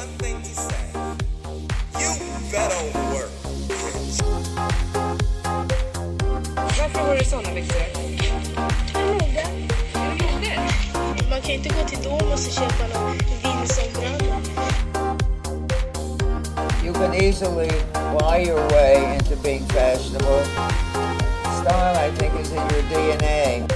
one thing he said. You better work. Varför har du såna byxor? Man kan inte gå till Domus och köpa någon vindsombrand. You can easily buy your way into being fashionable. Style, I think, is in your DNA.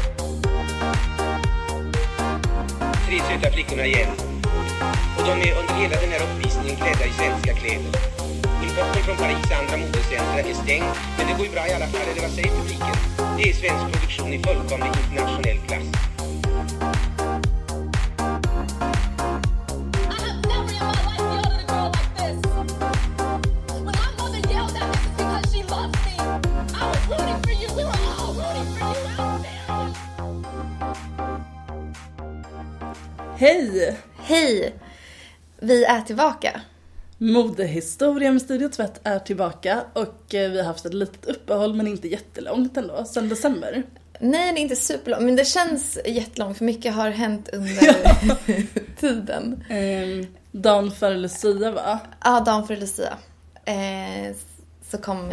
3 söta flickorna igen. Och de är under hela den här uppvisningen klädda i svenska kläder. Importen från Paris andra modecentra är stängd, men det går ju bra i alla fall, eller vad säger publiken? Det är svensk produktion i fullkomlig internationell klass. Hej! Hej! Vi är tillbaka. Modehistoria med Studio Tvätt är tillbaka och vi har haft ett litet uppehåll men inte jättelångt ändå, sedan december. Nej, det är inte superlångt, men det känns jättelångt för mycket har hänt under tiden. Dagen före Lucia, va? Ja, dagen före Lucia. Så kom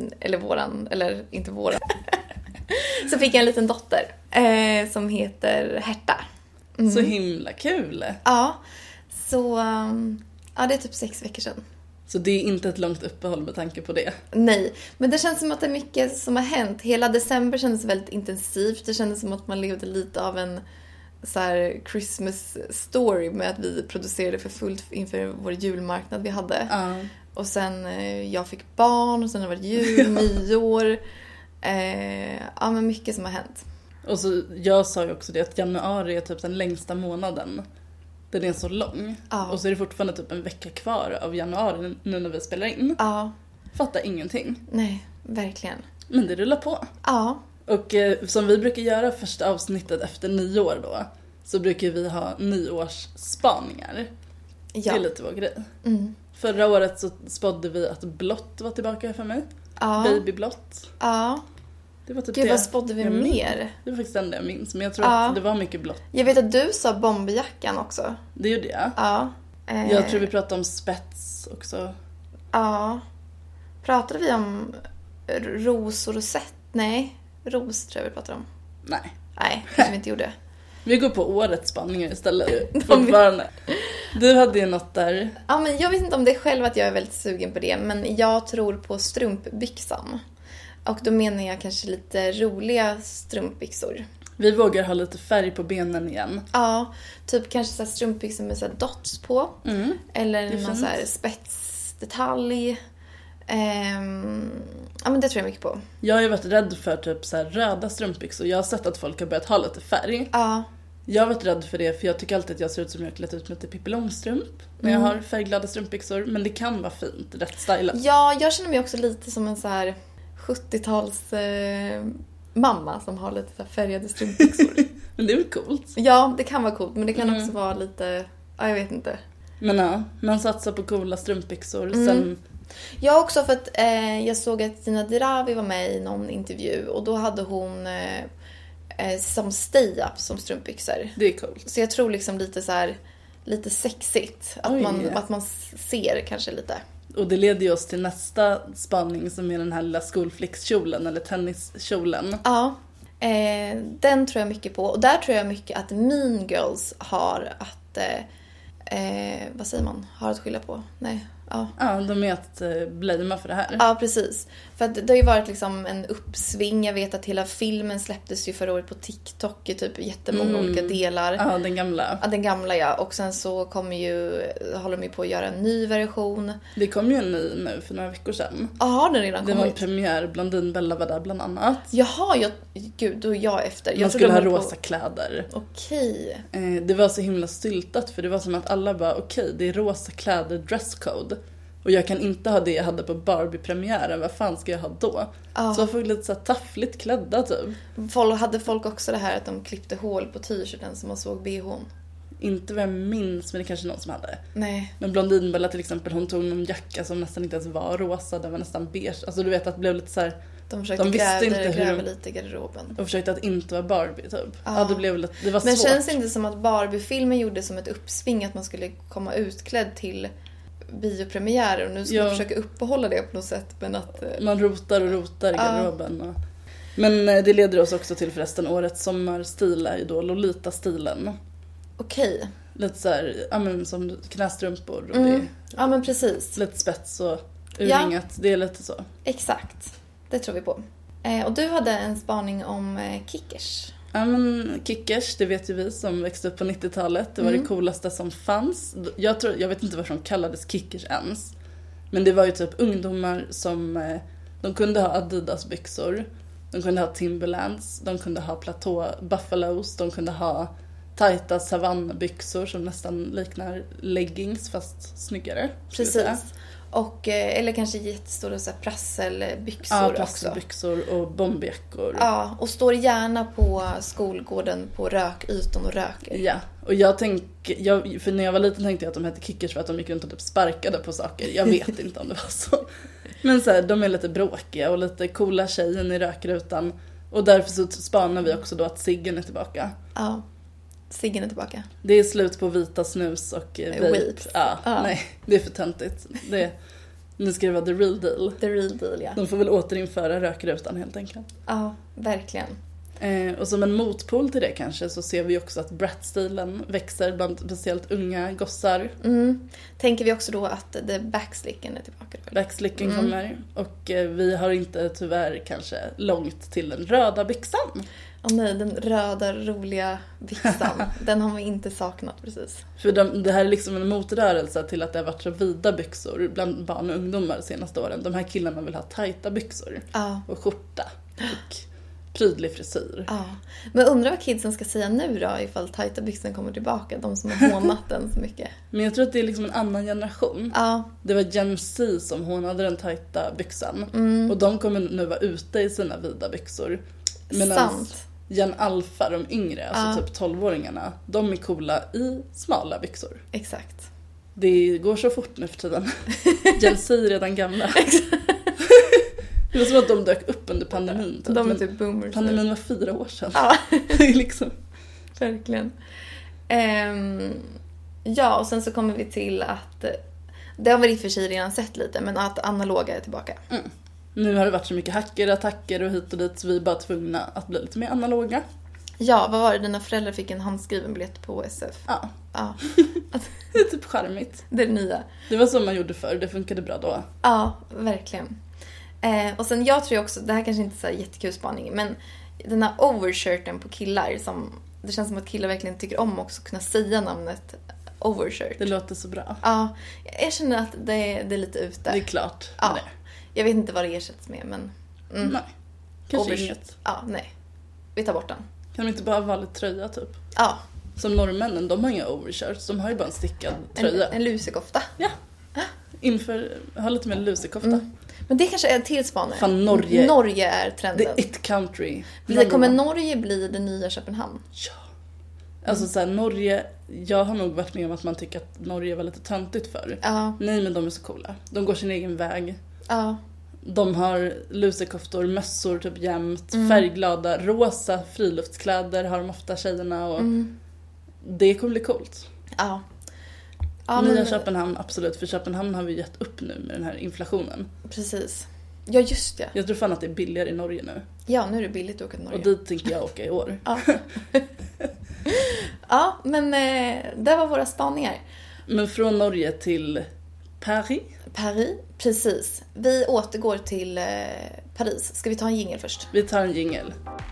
så fick jag en liten dotter som heter Herta. Mm. Så himla kul. Ja, så det är typ 6 veckor sedan. Så det är inte ett långt uppehåll med tanke på det? Nej, men det känns som att det är mycket som har hänt. Hela december kändes väldigt intensivt. Det kändes som att man levde lite av en så här Christmas story med att vi producerade för fullt inför vår julmarknad vi hade. Och sen jag fick barn och sen har det varit jul, nyår. Men mycket som har hänt. Och så jag sa ju också det att januari är typ den längsta månaden. Den är så lång. Och så är det fortfarande typ en vecka kvar av januari nu när vi spelar in. Fattar ingenting. Nej, verkligen. Men det rullar på. Ja. Och som vi brukar göra första avsnittet efter nyår då, så brukar vi ha nyårsspaningar. Ja. Det är lite vår grej. Mm. Förra året så spådde vi att blått var tillbaka för mig. Babyblått. Ja. Det var typ Gud, vad spådde vi mer? Det var faktiskt den jag minns, men jag tror att det var mycket blått. Jag vet att du sa bomberjackan också. Det gjorde jag. Ja. Jag tror vi pratade om spets också. Ja. Pratade vi om ros och rosett? Nej, ros tror jag vi pratade om. Nej, kanske vi inte gjorde. Vi går på årets spanningar istället. Fortfarande. Du hade ju något där. Ja, men jag vet inte om det är själv att jag är väldigt sugen på det, men jag tror på strumpbyxan. Och då menar jag kanske lite roliga strumpbyxor. Vi vågar ha lite färg på benen igen. Ja, typ kanske så här strumpbyxor med så här dots på. Eller någon så här spetsdetalj. Men det tror jag mycket på. Jag har ju varit rädd för typ så här röda strumpbyxor. Jag har sett att folk har börjat ha lite färg. Ja. Jag har varit rädd för det, för jag tycker alltid att jag ser ut som jag klätt ut med lite Pippi Långstrump när jag har färgglada strumpbyxor. Men det kan vara fint, rätt stylat. Ja, jag känner mig också lite som en så här 70-tals mamma som har lite så här färgade strumpbyxor. Men det är väl coolt? Ja, det kan vara coolt, men det kan också vara lite, jag vet inte. Men ja, man satsar på coola strumpbyxor. Sen... Jag också, för att jag såg att Tina Dirawi var med i någon intervju och då hade hon som stay-up som strumpbyxor. Det är coolt. Så jag tror liksom lite så här, lite sexigt att man ser kanske lite. Och det leder ju oss till nästa spaning som är den här lilla skolflickskjolen eller tenniskjolen. Ja, den tror jag mycket på. Och där tror jag mycket att Mean Girls har att, vad säger man, har att skylla på? Nej. Ja, de är att blamea för det här. Ja, precis. För att det har ju varit liksom en uppsving. Jag vet att hela filmen släpptes ju förra året på TikTok i typ jättemånga olika delar. Ja, den gamla. Ja, den gamla, ja. Och sen så håller de ju på att göra en ny version. Det kom ju en ny nu för några veckor sedan. Ja, har den redan kommit? Det var en premiär, Blondinbella var där bland annat. Jaha, gud, då är jag efter. Man skulle ha rosa kläder. Okej. Det var så himla styltat, för det var som att alla bara, okej, det är rosa kläder, dresscode. Och jag kan inte ha det jag hade på Barbie-premiären. Vad fan ska jag ha då? Så jag fick lite så här taffligt klädda typ. Hade folk också det här att de klippte hål på t-shirten som man såg BH:n? Inte vad jag minns, men det kanske någon som hade. Nej. Men Blondinbella till exempel, hon tog någon jacka som nästan inte ens var rosa. Den var nästan beige. Alltså du vet att det blev lite så här De försökte gräva lite i garderoben. Och försökte att inte vara Barbie typ. Ja, det var men svårt. Känns det inte som att Barbie-filmen gjorde som ett uppsving att man skulle komma utklädd till biopremiärer och nu ska man försöka uppehålla det på något sätt, men att man rotar i garderoben. Men det leder oss också till förresten årets sommarstil är ju då Lolita-stilen. Okej. Lite så här, som knästrumpor och det. Ja, men precis. Lite spets och urringat, det är lite så. Exakt, det tror vi på. Och du hade en spaning om kickers. Ja, men kickers, det vet ju vi som växte upp på 90-talet. Det var det coolaste som fanns. Jag vet inte vad som kallades kickers ens. Men det var ju typ ungdomar som de kunde ha Adidas-byxor. De kunde ha Timberlands. De kunde ha platå Buffalos. De kunde ha tajta savannbyxor som nästan liknar leggings fast snyggare. Precis. Och, eller kanske jättestora så här prasselbyxor också. Prasselbyxor och bombjackor. Ja, och står gärna på skolgården på rökytan och röker. Ja, och för när jag var liten tänkte jag att de hette kickers för att de gick runt och typ sparkade på saker. Jag vet inte om det var så. Men så här, de är lite bråkiga och lite coola tjejen i rökrutan. Och därför så spanar vi också då att ciggen är tillbaka. Ja, ciggen är tillbaka. Det är slut på vita snus och vape. Ja, nej, det är för töntigt. Nu ska det vara the real deal. The real deal, ja. De får väl återinföra rökrutan helt enkelt. Ja, verkligen. Och som en motpol till det kanske så ser vi också att brat-stilen växer bland speciellt unga gossar. Tänker vi också då att the backslicken är tillbaka? Backslicken kommer. Och vi har inte tyvärr kanske långt till den röda byxan. Nej, den röda roliga byxan. Den har vi inte saknat precis. För det här är liksom en motrörelse till att det har varit så vida byxor bland barn och ungdomar de senaste åren. De här killarna vill ha tajta byxor och skjorta och prydlig frisyr. Ja, men undrar vad kidsen ska säga nu då ifall tajta byxan kommer tillbaka. De som har hånat den så mycket. Men jag tror att det är liksom en annan generation. Ja. Det var Gen Z som hånade den tajta byxan. Och de kommer nu vara ute i sina vida byxor. Sant. Gen Alpha, de yngre, alltså typ 12-åringarna, de är coola i smala byxor. Exakt. Det går så fort nu för tiden. Gen Z är redan gamla. Det var som att de dök upp under pandemin. Typ. De är typ boomers. Pandemin var 4 år sedan. Ja. Liksom. Verkligen. Ja, och sen så kommer vi till att det har vi i och för sig redan sett lite, men att analoga är tillbaka. Nu har det varit så mycket hackerattacker och hit och dit så vi är bara tvungna att bli lite mer analoga. Ja, vad var det? Dina föräldrar fick en handskriven biljett på SF. Ja. Ja. Det är typ charmigt. Det är det nya. Det var så man gjorde förr, det funkade bra då. Ja, verkligen. Och sen jag tror också, det här kanske inte är så här jättekul spaning, men den här overshirten på killar som, det känns som att killar verkligen tycker om också kunna säga namnet overshirt. Det låter så bra. Ja, jag känner att det är lite ute. Det är klart. Ja. Det. Jag vet inte vad det ersätts med, men nej. Kanske inget. Ja, nej. Vi tar bort den. Kan de inte bara ha vanlig tröja typ? Ja. Som norrmännen, de har inga overshirts, de har ju bara en stickad tröja. En lusekofta. Ja. Ha lite mer lusekofta. Men det kanske är en till spanare. Fan, Norge är trenden. The it country. Kommer Norge bli det nya Köpenhamn? Ja. Alltså så här, Norge, jag har nog varit med om att man tycker att Norge var lite töntigt för. Ja. Nej, men de är så coola. De går sin egen väg. Ja. De har lusekoftor, mössor typ jämt, färgglada, rosa friluftskläder har de ofta tjejerna och det kommer bli coolt. Ja. Nya Köpenhamn, absolut, för Köpenhamn har vi gett upp nu med den här inflationen. Precis. Ja, just det. Jag tror fan att det är billigare i Norge nu. Ja, nu är det billigt att åka till Norge. Och dit tänker jag åka i år. Ja, ja, men det var våra spaningar. Men från Norge till Paris? Paris, precis. Vi återgår till Paris. Ska vi ta en jingle först? Vi tar en jingle.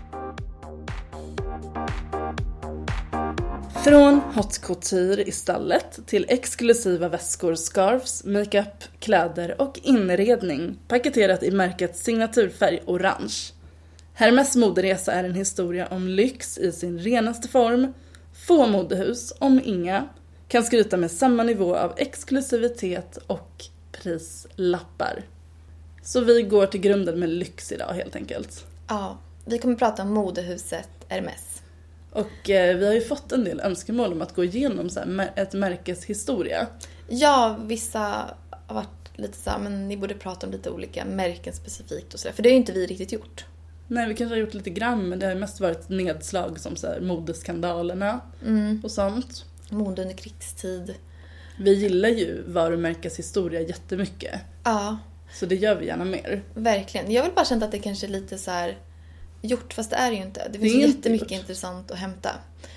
Från haute couture i stallet till exklusiva väskor, scarves, makeup, kläder och inredning paketerat i märkets signaturfärg orange. Hermes moderesa är en historia om lyx i sin renaste form. Få modehus, om inga, kan skryta med samma nivå av exklusivitet och prislappar. Så vi går till grunden med lyx idag helt enkelt. Ja, vi kommer prata om modehuset Hermes. Och vi har ju fått en del önskemål om att gå igenom så här ett märkes historia. Ja, vissa har varit lite så här, men ni borde prata om lite olika märken specifikt och sådär. För det har ju inte vi riktigt gjort. Nej, vi kanske har gjort lite grann, men det har mest varit nedslag som så här modeskandalerna och sånt. Mode under krigstid. Vi gillar ju varumärkeshistoria jättemycket. Ja. Så det gör vi gärna mer. Verkligen. Jag vill bara känna att det kanske är lite så här gjort, fast det är det ju inte. Det finns jättemycket intressant att hämta.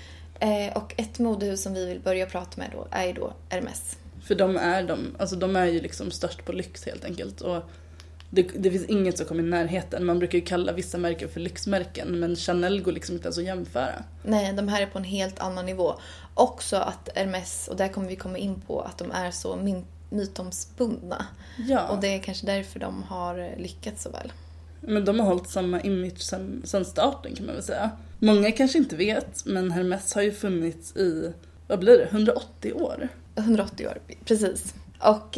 Och ett modehus som vi vill börja prata med då är ju då Hermès. För de är ju liksom störst på lyx helt enkelt. Och det finns inget som kommer i närheten. Man brukar ju kalla vissa märken för lyxmärken, men Chanel går liksom inte ens att jämföra. Nej, de här är på en helt annan nivå. Också att Hermès, och där kommer vi komma in på, att de är så mytomspunna. Ja. Och det är kanske därför de har lyckats så väl. Men de har hållit samma image sen starten, kan man väl säga. Många kanske inte vet, men Hermès har ju funnits i, vad blir det, 180 år? 180 år, precis. Och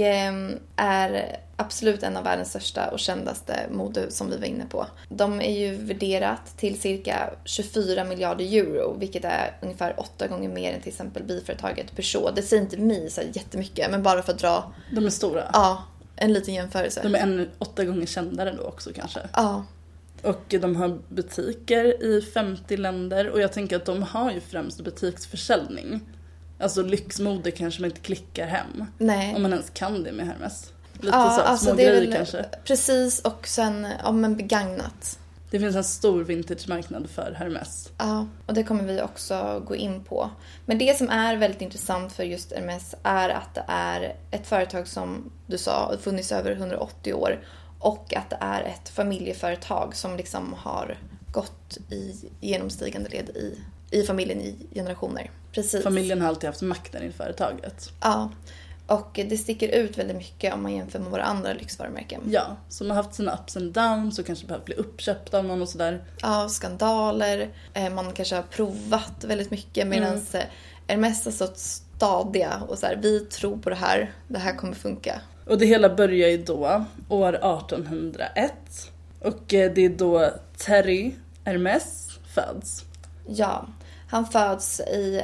är absolut en av världens största och kändaste modehus som vi var inne på. De är ju värderat till cirka 24 miljarder euro, vilket är ungefär 8 gånger mer än till exempel bilföretaget Peugeot. Det säger inte mig så jättemycket, men bara för att dra... De är stora. Ja, en liten jämförelse. De är 8 gånger kändare då också kanske. Ja. Och de har butiker i 50 länder, och jag tänker att de har ju främst butiksförsäljning. Alltså lyxmode kanske man inte klickar hem. Nej. Om man ens kan det med Hermès. Lite ja, så, alltså små det är grejer väl, kanske. Precis, och sen men begagnat. Det finns en stor vintage-marknad för Hermès. Ja, och det kommer vi också gå in på. Men det som är väldigt intressant för just Hermès är att det är ett företag som du sa funnits över 180 år. Och att det är ett familjeföretag som liksom har gått i genomstigande led i familjen i generationer. Precis. Familjen har alltid haft makten i företaget. Ja, och det sticker ut väldigt mycket om man jämför med våra andra lyxvarumärken. Ja, som har haft sina ups and downs och kanske behövt bli uppköpt av någon och sådär. Ja, skandaler. Man kanske har provat väldigt mycket, medan Hermès har stått stadiga och så här, vi tror på det här kommer funka. Och det hela börjar ju då, år 1801. Och det är då Thierry Hermès föds. Ja, han föds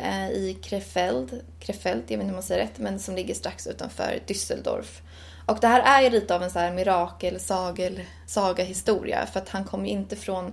i Krefeld, jag vet inte om man säger rätt, men som ligger strax utanför Düsseldorf. Och det här är ju lite av en så här saga-historia, för att han kom ju inte från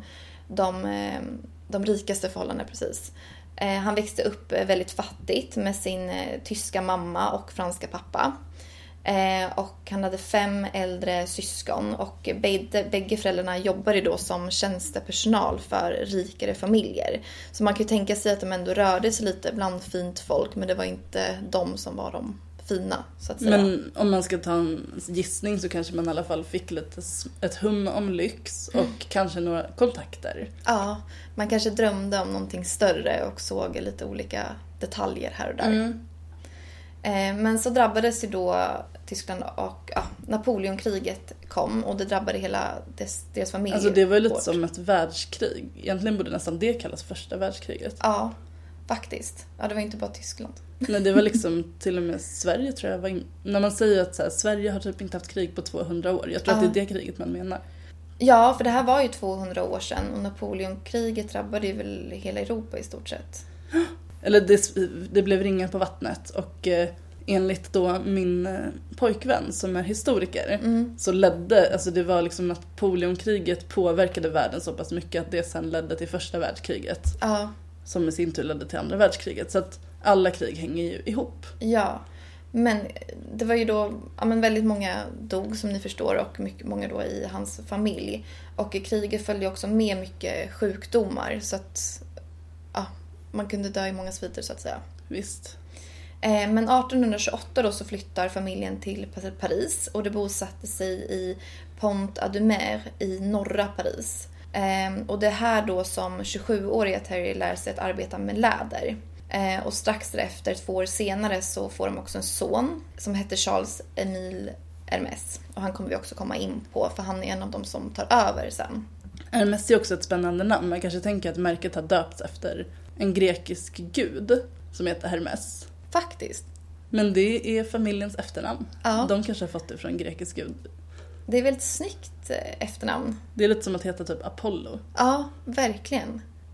de rikaste förhållandena precis. Han växte upp väldigt fattigt med sin tyska mamma och franska pappa. Och han hade 5 äldre syskon, och bägge föräldrarna jobbade då som tjänstepersonal för rikare familjer. Så man kan ju tänka sig att de ändå rörde sig lite bland fint folk, men det var inte de som var de fina, så att säga. Men om man ska ta en gissning så kanske man i alla fall fick ett hum om lyx och kanske några kontakter. Ja, man kanske drömde om någonting större och såg lite olika detaljer här och där. Men så drabbades ju då Tyskland, och Napoleonkriget kom, och det drabbade hela deras familj. Alltså det var ju lite som ett världskrig. Egentligen borde nästan det kallas första världskriget. Ja, faktiskt. Ja, det var inte bara Tyskland. Nej, det var liksom till och med Sverige, tror jag. När man säger att så här, Sverige har typ inte haft krig på 200 år. Jag tror att det är det kriget man menar. Ja, för det här var ju 200 år sedan, och Napoleonkriget drabbade ju väl hela Europa i stort sett. Eller det blev ringar på vattnet, och enligt då min pojkvän som är historiker så det var liksom Napoleonkriget påverkade världen så pass mycket att det sen ledde till första världskriget. Ja. Som i sin tur ledde till andra världskriget. Så att alla krig hänger ju ihop. Ja, men det var ju då väldigt många dog, som ni förstår, och många då i hans familj. Och i kriget följde också med mycket sjukdomar, så att man kunde dö i många sviter, så att säga. Visst. Men 1828 då så flyttar familjen till Paris, och det bosatte sig i Pont-à-Doumer i norra Paris. Och det är här då som 27-åriga Thierry lär sig att arbeta med läder. Och strax därefter, 2 år senare, så får de också en son som heter Charles-Émile Hermès. Och han kommer vi också komma in på, för han är en av dem som tar över sen. Hermès är också ett spännande namn. Man kanske tänker att märket har döpts efter en grekisk gud som heter Hermès. Faktiskt. Men det är familjens efternamn. Ja. De kanske har fått det från en grekisk gud. Det är väldigt snyggt efternamn. Det är lite som att heta typ Apollo. Ja, verkligen.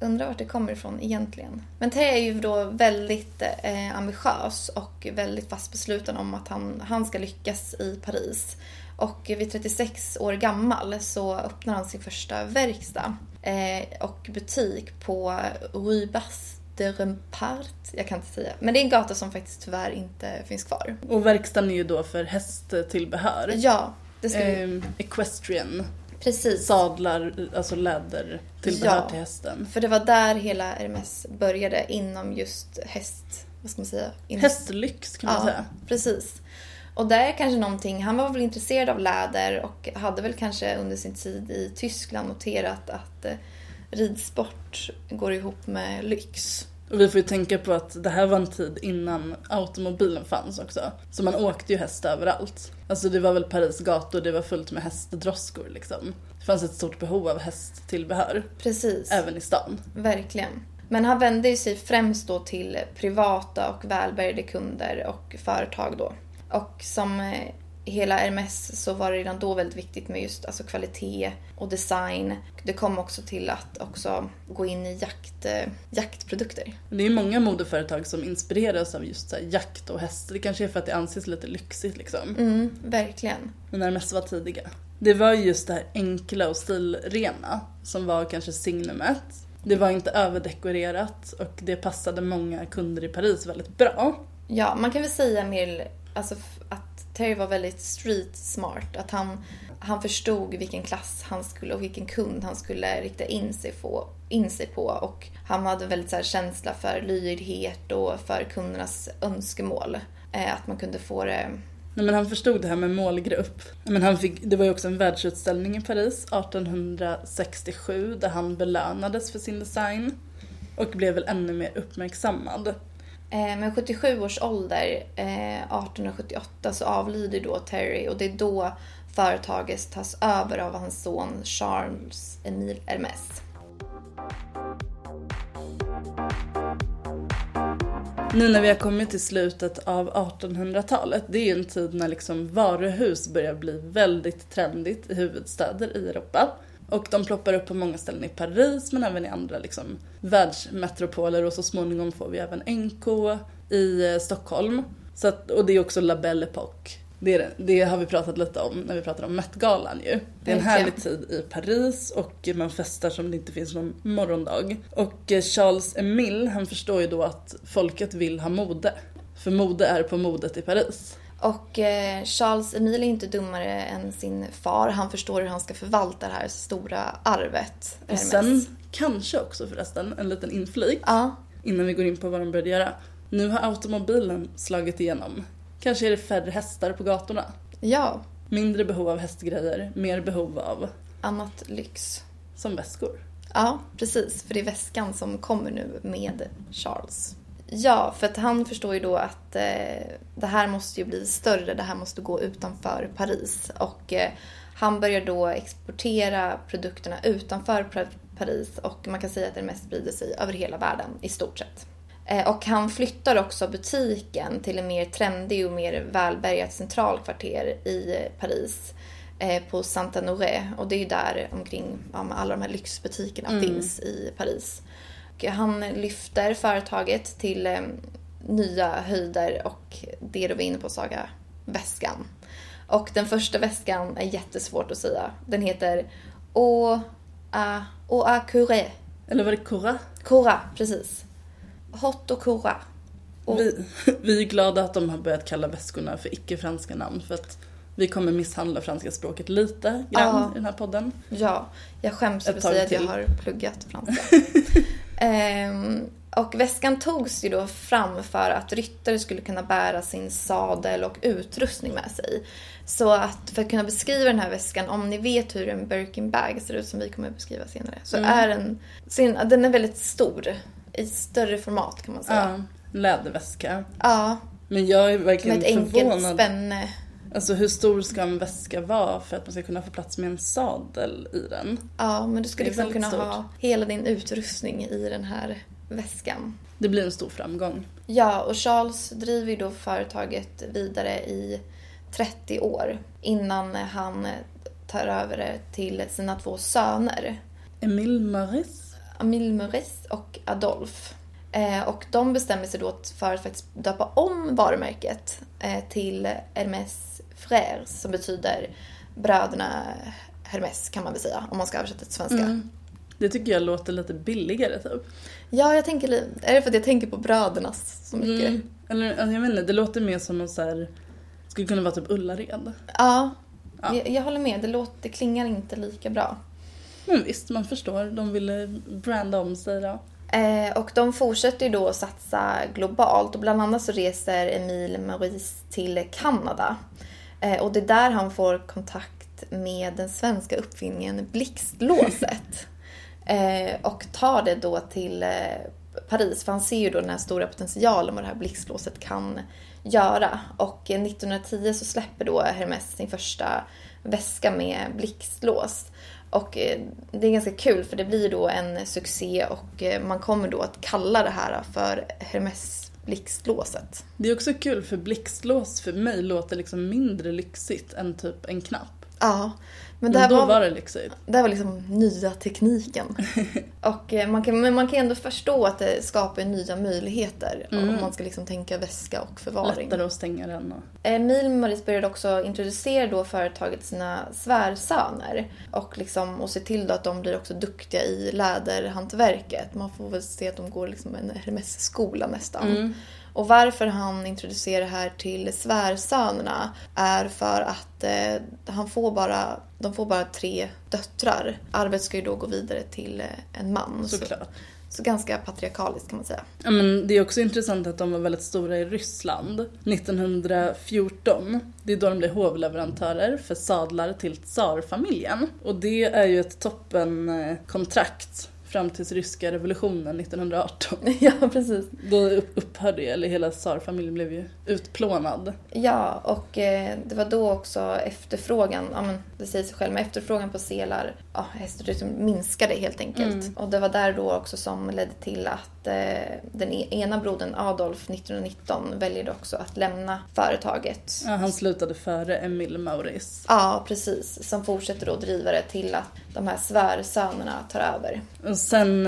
undrar vart det kommer ifrån egentligen. Men Terry är ju då väldigt ambitiös och väldigt fast besluten om att han ska lyckas i Paris. Och vid 36 år gammal så öppnar han sin första verkstad och butik på Rue de Rempart. Jag kan inte säga. Men det är en gata som faktiskt tyvärr inte finns kvar. Och verkstaden är ju då för hästtillbehör. Ja, det ska vi... Equestrian. Precis. Sadlar, alltså lädertillbehör till hästen. För det var där hela Hermes började inom just häst... Vad ska man säga? Hästlyx kan man säga. Precis. Och där är kanske någonting... Han var väl intresserad av läder och hade väl kanske under sin tid i Tyskland noterat att ridsport går ihop med lyx. Och vi får ju tänka på att det här var en tid innan automobilen fanns också. Så man åkte ju häst överallt. Alltså det var väl Paris gator, det var fullt med hästdroskor liksom. Det fanns ett stort behov av hästtillbehör. Precis. Även i stan. Verkligen. Men han vände ju sig främst då till privata och välbärgade kunder och företag då. Och som hela Hermes så var det redan då väldigt viktigt med just alltså kvalitet och design. Det kom också till att också gå in i jaktprodukter. Det är ju många modeföretag som inspireras av just så här jakt och häst. Det kanske är för att det anses lite lyxigt liksom. Verkligen. Men Hermes var tidiga. Det var just det här enkla och stilrena som var kanske signumet. Det var inte överdekorerat och det passade många kunder i Paris väldigt bra. Ja, man kan väl säga mer alltså, att Terry var väldigt street smart. Att han förstod vilken klass han skulle och vilken kund han skulle rikta in sig på. Och han hade väldigt så här känsla för lydighet och för kundernas önskemål. Att man kunde få det... Nej, men han förstod det här med målgrupp. Men det var ju också en världsutställning i Paris 1867 där han belönades för sin design och blev väl ännu mer uppmärksammad. Med 77 års ålder, 1878, så avlider då Terry och det är då företaget tas över av hans son Charles Emile Hermes. Nu när vi har kommit till slutet av 1800-talet, det är ju en tid när liksom varuhus börjar bli väldigt trendigt i huvudstäder i Europa. Och de ploppar upp på många ställen i Paris men även i andra liksom världsmetropoler och så småningom får vi även NK i Stockholm. Så att, och det är också La Belle Époque. Det har vi pratat lite om när vi pratar om Met-galan ju. Det är en härlig tid i Paris och man festar som det inte finns någon morgondag. Och Charles Emile, han förstår ju då att folket vill ha mode. För mode är på modet i Paris. Och Charles Emile är inte dummare än sin far. Han förstår hur han ska förvalta det här stora arvet. Och sen kanske också förresten en liten inflik innan vi går in på vad de började göra. Nu har automobilen slagit igenom. Kanske är det färre hästar på gatorna. Ja. Mindre behov av hästgrejer, mer behov av... annat lyx. Som väskor. Ja, precis. För det är väskan som kommer nu med Charles. Ja, för att han förstår ju då att det här måste ju bli större. Det här måste gå utanför Paris. Och han börjar då exportera produkterna utanför Paris. Och man kan säga att det mest sprider sig över hela världen i stort sett. Och han flyttar också butiken till en mer trendig och mer välbärgat centralkvarter i Paris. På Saint-Honoré. Och det är ju där omkring alla de här lyxbutikerna finns i Paris. Och han lyfter företaget till nya höjder och det då vi är inne på Saga, väskan. Och den första väskan är jättesvårt att säga. Den heter Eau à Curé. Eller var det Cora? Cora, precis. Hot och Cora. Vi är glada att de har börjat kalla väskorna för icke-franska namn för att vi kommer misshandla franska språket lite grann i den här podden. Ja, jag skäms över att säga att jag har pluggat franska. Och väskan togs ju då fram för att ryttare skulle kunna bära sin sadel och utrustning med sig. Så att för att kunna beskriva den här väskan, om ni vet hur en Birkin bag ser ut som vi kommer att beskriva senare, så är den är väldigt stor, i större format kan man säga. Ja, läderväska. Ja. Men jag är verkligen förvånad. Med ett enkelt spänne. Alltså hur stor ska en väska vara för att man ska kunna få plats med en sadel i den? Ja, men du ska liksom kunna ha hela din utrustning i den här väskan. Det blir en stor framgång. Ja, och Charles driver ju då företaget vidare i 30 år innan han tar över det till sina 2 söner. Emile Maurice? Emile Maurice och Adolphe. Och de bestämmer sig då för att faktiskt döpa om varumärket till Hermès Frères, som betyder bröderna Hermès, kan man väl säga, om man ska översätta till svenska. Det tycker jag låter lite billigare typ. Ja, är det för att jag tänker på bröderna så mycket? Eller jag menar, det låter mer som något så här, skulle kunna vara typ Ullared. Ja. Jag håller med, det klingar inte lika bra. Men visst, man förstår, de ville branda om sig då. Och de fortsätter ju då att satsa globalt, och bland annat så reser Emile Maurice till Kanada. Och det är där han får kontakt med den svenska uppfinningen blixtlåset. Och tar det då till Paris, för han ser ju då den här stora potentialen vad det här blixtlåset kan göra. Och 1910 så släpper då Hermès sin första väska med blixtlås. Och det är ganska kul, för det blir då en succé, och man kommer då att kalla det här för Hermès blixtlåset. Det är också kul, för blixtlås för mig låter liksom mindre lyxigt än typ en knapp. Ja, men då var det lyxigt. Det var liksom nya tekniken. Och man kan ändå förstå att det skapar nya möjligheter om man ska liksom tänka väska och förvaring. Lättare att stänga den. Emile Maurice började också introducera då företaget sina svärsöner och se till då att de blir också duktiga i läderhantverket. Man får väl se att de går liksom en Hermès-skola nästan. Och varför han introducerar det här till svärsönerna är för att de får bara 3 döttrar. Arvet ska ju då gå vidare till en man. Såklart. Så ganska patriarkaliskt kan man säga. Ja, men det är också intressant att de var väldigt stora i Ryssland. 1914, det är då de blev hovleverantörer för sadlar till tsarfamiljen. Och det är ju ett toppenkontrakt fram till ryska revolutionen 1918. Ja, precis. Då upphörde eller hela tsarfamiljen blev ju utplånad. Ja, och det var då också efterfrågan, det säger sig själv, men efterfrågan på selar, hästar minskade helt enkelt. Och det var där då också som ledde till att den ena brodern Adolphe 1919 väljer också att lämna företaget. Ja, han slutade före Emile Maurice. Ja, precis. Som fortsätter då driva det till att de här svärsönerna tar över. Och sen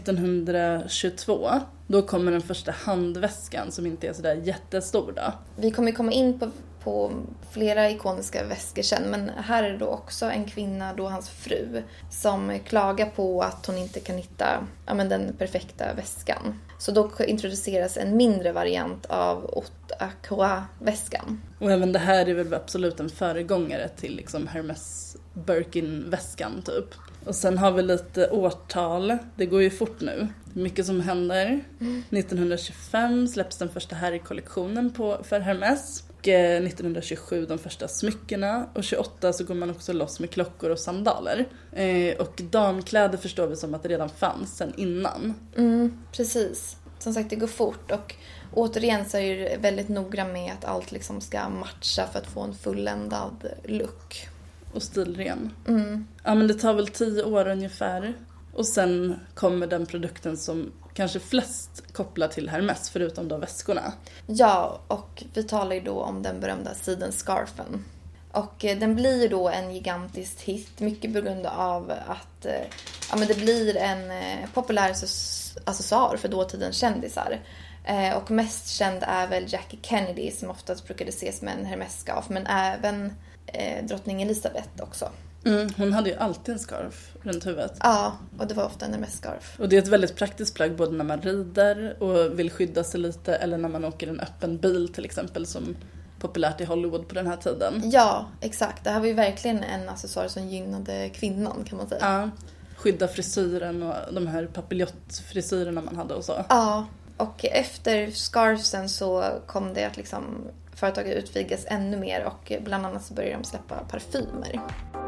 1922, då kommer den första handväskan som inte är sådär jättestor då. Vi kommer komma in på flera ikoniska väskor sen, men här är det då också en kvinna, då hans fru, som klagar på att hon inte kan hitta den perfekta väskan. Så då introduceras en mindre variant av Haute à Croix-väskan. Och även det här är väl absolut en föregångare till liksom Hermès Birkin-väskan typ. Och sen har vi lite årtal. Det går ju fort nu. Mycket som händer. 1925 släpps den första herrkollektionen för Hermès. Och 1927 de första smyckena. Och 28 så går man också loss med klockor och sandaler. Och damkläder förstår vi som att det redan fanns sen innan. Precis. Som sagt, det går fort. Och återigen så är det väldigt noga med att allt liksom ska matcha för att få en fulländad look. Och stilren. Ja, men det tar väl 10 år ungefär. Och sen kommer den produkten som kanske flest kopplar till Hermès, förutom då väskorna. Ja, och vi talar ju då om den berömda sidenscarfen. Och den blir ju då en gigantisk hit, mycket på grund av att det blir en populär accessoar för dåtidens kändisar. Och mest känd är väl Jackie Kennedy, som oftast brukade ses med en Hermès-scarf, men även drottning Elizabeth också. Hon hade ju alltid en scarf runt huvudet. Ja, och det var ofta en Hermès-scarf. Och det är ett väldigt praktiskt plagg både när man rider och vill skydda sig lite, eller när man åker en öppen bil till exempel, som populärt i Hollywood på den här tiden. Ja, exakt. Det här var ju verkligen en accessoar som gynnade kvinnan, kan man säga. Ja, skydda frisyren och de här papiljottfrisyrerna man hade och så. Ja, och efter scarfsen så kom det att liksom företaget utvidgas ännu mer, och bland annat så började de släppa parfymer.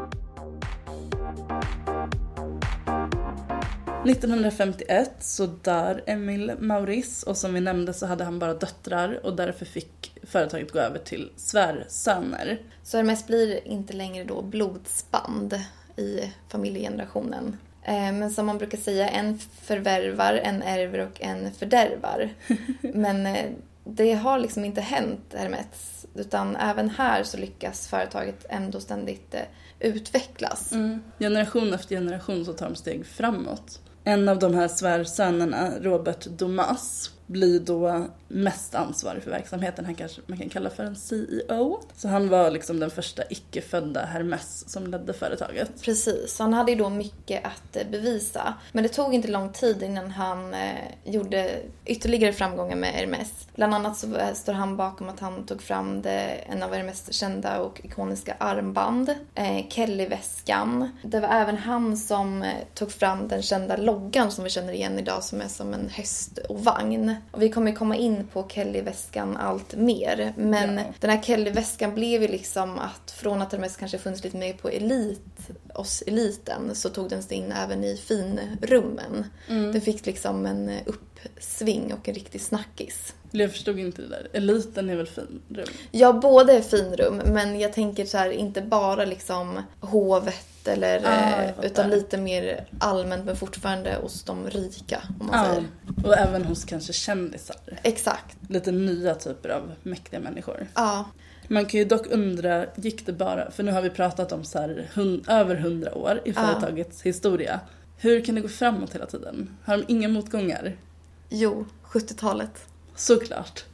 1951 så dör Emile Maurice, och som vi nämnde så hade han bara döttrar, och därför fick företaget gå över till svärsöner. Så Hermès blir inte längre då blodsband i familjegenerationen. Men som man brukar säga, en förvärvar, en ärver och en fördärvar. Men det har liksom inte hänt Hermès, utan även här så lyckas företaget ändå ständigt utvecklas. Generation efter generation så tar de steg framåt. En av de här svärsönerna, Robert Dumas, blir då mest ansvarig för verksamheten. Han kanske man kan kalla för en CEO. Så han var liksom den första icke-födda Hermès som ledde företaget. Precis, han hade ju då mycket att bevisa. Men det tog inte lång tid innan han gjorde ytterligare framgångar med Hermès. Bland annat så står han bakom att han tog fram en av Hermès kända och ikoniska armband, Kelly-väskan. Det var även han som tog fram den kända loggan som vi känner igen idag, som är som en häst och vagn. Och vi kommer komma in på Kelly-väskan allt mer. Men den här Kelly-väskan blev ju liksom att från att Hermès kanske funnits lite mer på eliten, så tog den sig in även i finrummen. Det fick liksom en uppsving och en riktig snackis. Jag förstod inte det där. Eliten är väl finrum? Ja, både är finrum, men jag tänker så här, inte bara liksom hovet eller utan lite mer allmänt, men fortfarande hos de rika, om man säger. Och även hos kanske kändisar. Exakt. Lite nya typer av mäktiga människor. Ja. Man kan ju dock undra, gick det bara, för nu har vi pratat om så här över 100 år i företagets historia. Hur kan det gå framåt hela tiden? Har de inga motgångar? Jo, 70-talet. Såklart.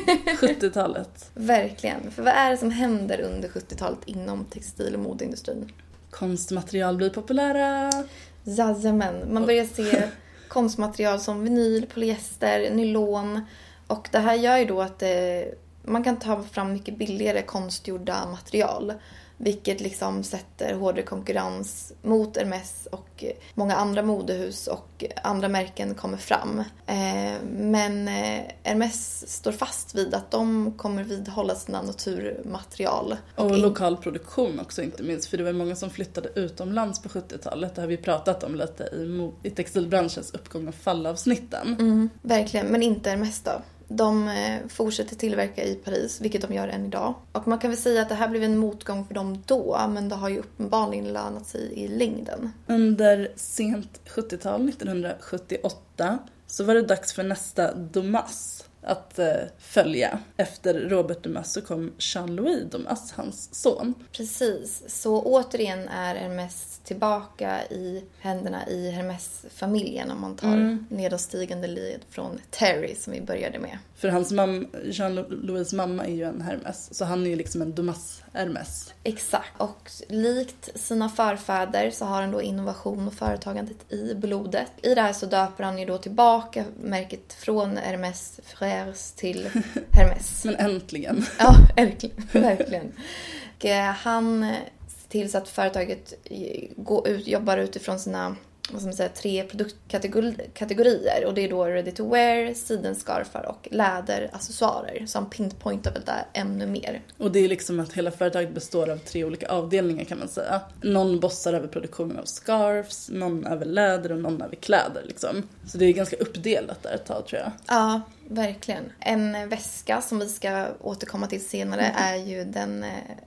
70-talet. Verkligen. För vad är det som händer under 70-talet inom textil- och modeindustrin? Konstmaterial blir populära. Jajamän. Man börjar se konstmaterial som vinyl, polyester, nylon. Och det här gör ju då att man kan ta fram mycket billigare konstgjorda material. Vilket liksom sätter hårdare konkurrens mot Hermès och många andra modehus och andra märken kommer fram. Men Hermès står fast vid att de kommer vidhålla sina naturmaterial. Och lokal produktion också, inte minst. För det var många som flyttade utomlands på 70-talet. Det har vi pratat om lite i textilbranschens uppgång och fallavsnitten. Verkligen, men inte Hermès då. De fortsätter tillverka i Paris, vilket de gör än idag. Och man kan väl säga att det här blev en motgång för dem då, men det har ju uppenbarligen lönat sig i längden. Under sent 70-tal, 1978, så var det dags för nästa Dumas att följa. Efter Robert Dumas så kom Jean-Louis Dumas, hans son. Precis, så återigen är Hermès tillbaka i händerna i Hermès-familjen, om man tar nedstigande led från Terry som vi började med. För hans Jean-Louis mamma är ju en Hermès, så han är ju liksom en Dumas Hermès. Exakt, och likt sina förfäder så har han då innovation och företagandet i blodet. I det här så döper han ju då tillbaka märket från Hermès Frères till Hermès. Men äntligen. Ja, verkligen. Och han ser till så att företaget jobbar utifrån sina, vad ska man säga, 3 produktkategorier. Och det är då ready to wear, sidenskarfar och läderaccessoarer. Så han pinpointar väl där ännu mer. Och det är liksom att hela företaget består av 3 olika avdelningar, kan man säga. Någon bossar över produktionen av scarfs, någon över läder och någon över kläder liksom. Så det är ganska uppdelat där ett tag, tror jag. Ja, verkligen. En väska som vi ska återkomma till senare är ju den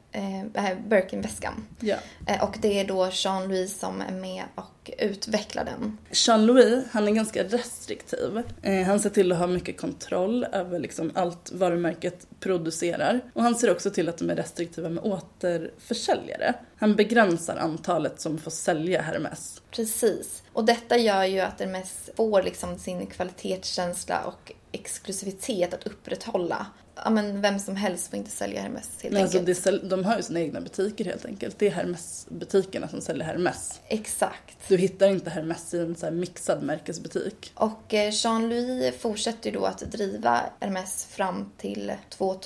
Birkin-väskan. Ja. Och det är då Jean-Louis som är med och utvecklar den. Jean-Louis, han är ganska restriktiv. Han ser till att ha mycket kontroll över liksom allt varumärket producerar. Och han ser också till att de är restriktiva med återförsäljare. Han begränsar antalet som får sälja Hermès. Precis. Och detta gör ju att Hermès får liksom sin kvalitetskänsla och exklusivitet att upprätthålla. Ja, men vem som helst får inte sälja Hermès helt enkelt. Alltså de har ju sina egna butiker helt enkelt. Det är Hermès-butikerna som säljer Hermès. Exakt. Du hittar inte Hermès i en så här mixad märkesbutik. Och Jean-Louis fortsätter ju då att driva Hermès fram till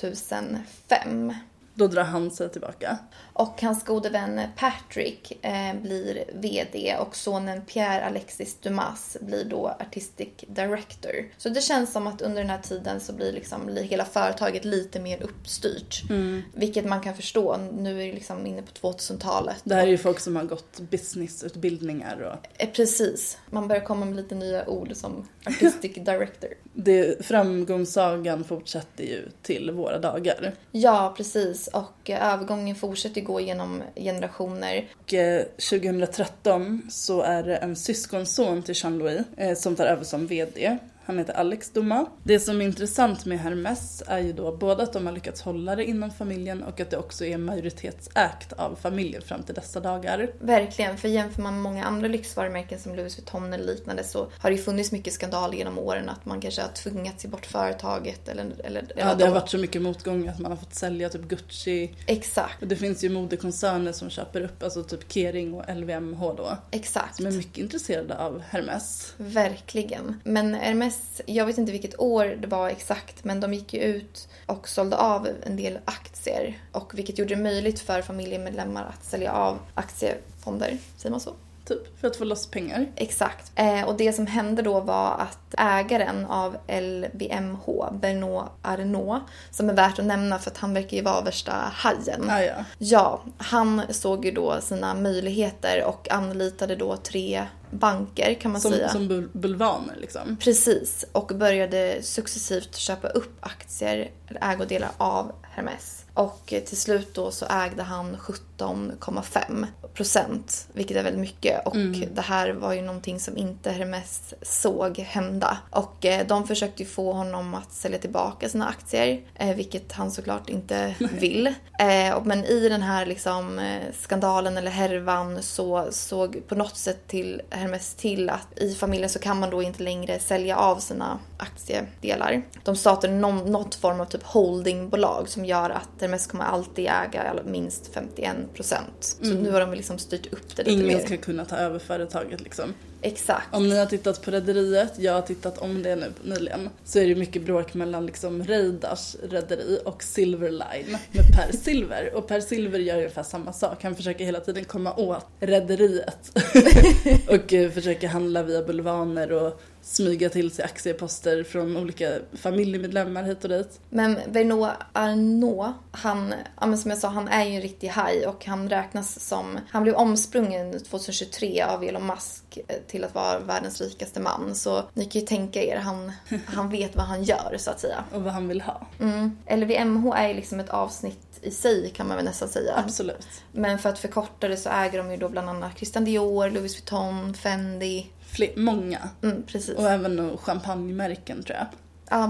2005. Då drar han sig tillbaka. Och hans gode vän Patrick blir vd och sonen Pierre Alexis Dumas blir då artistic director. Så det känns som att under den här tiden så blir liksom hela företaget lite mer uppstyrt. Vilket man kan förstå. Nu är det liksom inne på 2000-talet. Det här är ju folk som har gått businessutbildningar. Och... Precis. Man börjar komma med lite nya ord som artistic director. Framgångssagan fortsätter ju till våra dagar. Ja, precis. Och övergången fortsätter gå genom generationer. Och 2013 så är det en syskonson till Jean-Louis som tar över som vd. Han heter Alex Dumas. Det som är intressant med Hermès är ju då både att de har lyckats hålla det inom familjen och att det också är majoritetsägt av familjen fram till dessa dagar. Verkligen, för jämför man med många andra lyxvarumärken som Louis Vuitton eller liknande så har det ju funnits mycket skandal genom åren att man kanske har tvingats se bort företaget eller ja, det har varit så mycket motgång att man har fått sälja typ Gucci. Exakt. Och det finns ju modekoncerner som köper upp, alltså typ Kering och LVMH då. Exakt. Som är mycket intresserade av Hermès. Verkligen. Men Hermès, jag vet inte vilket år det var exakt, men de gick ju ut och sålde av en del aktier. Och vilket gjorde det möjligt för familjemedlemmar att sälja av aktiefonder, säger man så? Typ, för att få loss pengar. Exakt. Och det som hände då var att ägaren av LVMH, Bernard Arnault, som är värt att nämna för att han verkar ju vara värsta hajen. Ah, ja. Ja, han såg ju då sina möjligheter och anlitade då 3 banker kan man säga. Som bulvaner liksom. Precis, och började successivt köpa upp aktier eller ägodelar av Hermès. Och till slut då så ägde han 17,5%, vilket är väldigt mycket. Och det här var ju någonting som inte Hermès såg hända. Och de försökte ju få honom att sälja tillbaka sina aktier, vilket han såklart inte vill. Men i den här liksom skandalen eller härvan så såg på något sätt till Hermès till att i familjen så kan man då inte längre sälja av sina aktiedelar. De startade något form av typ holdingbolag som gör att Hermès kommer alltid äga minst 51%. Så nu har de liksom styrt upp det lite mer. Ingen ska kunna ta över företaget liksom. Exakt. Om ni har tittat på Rederiet, jag har tittat om det nu nyligen, så är det mycket bråk mellan liksom Reidars rederi och Silverline med Per Silver. Och Per Silver gör ungefär samma sak. Han försöker hela tiden komma åt Rederiet och försöker handla via bulvaner och smyga till sig aktieposter från olika familjemedlemmar hit och dit. Men Bernard Arnault, han, som jag sa, han är ju en riktig haj och han räknas som, han blev omsprungen 2023 av Elon Musk till att vara världens rikaste man. Så ni kan ju tänka er, han vet vad han gör så att säga. Och vad han vill ha. LVMH är ju liksom ett avsnitt i sig kan man väl nästan säga. Absolut. Men för att förkorta det så äger de ju då bland annat Christian Dior, Louis Vuitton, Fendi. Många. Precis. Och även champagnemärken tror jag. Ja,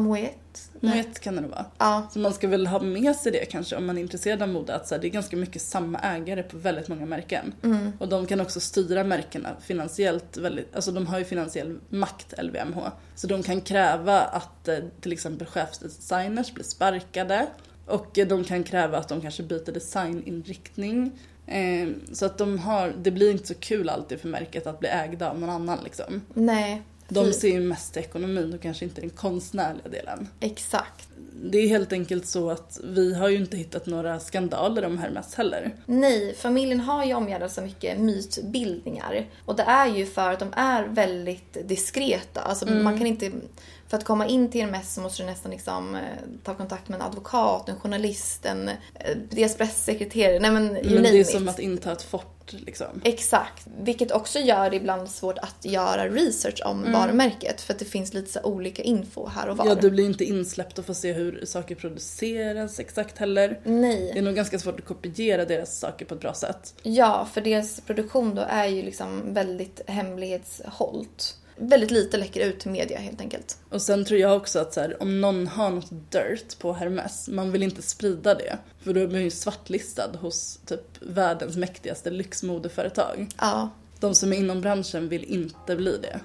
Moet kan det vara. Ja. Så man ska väl ha med sig det kanske om man är intresserad av mode. Att så här, det är ganska mycket samma ägare på väldigt många märken. Och de kan också styra märkena finansiellt väldigt. Alltså de har ju finansiell makt, LVMH. Så de kan kräva att till exempel chefsdesigners blir sparkade. Och de kan kräva att de kanske byter designinriktning. Så att det blir inte så kul alltid för märket att bli ägda av någon annan liksom. Nej. De ser ju mest till ekonomin och kanske inte den konstnärliga delen. Exakt. Det är helt enkelt så att vi har ju inte hittat några skandaler om Hermès heller. Nej, familjen har ju omgärdat så mycket mytbildningar. Och det är ju för att de är väldigt diskreta. Alltså man kan inte... För att komma in till Hermès så måste du nästan liksom ta kontakt med en advokat, en journalist, deras pressekreterare. Nej, men det är som att inta ett fort liksom. Exakt. Vilket också gör det ibland svårt att göra research om varumärket. För att det finns lite så olika info här och var. Ja, du blir inte insläppt och får se hur saker produceras exakt heller. Nej. Det är nog ganska svårt att kopiera deras saker på ett bra sätt. Ja, för deras produktion då är ju liksom väldigt hemlighetshållt. Väldigt lite läcker ut till media helt enkelt. Och sen tror jag också att så här, om någon har något dirt på Hermès, man vill inte sprida det. För då är man ju svartlistad hos typ världens mäktigaste lyxmodeföretag. Ja. De som är inom branschen vill inte bli det.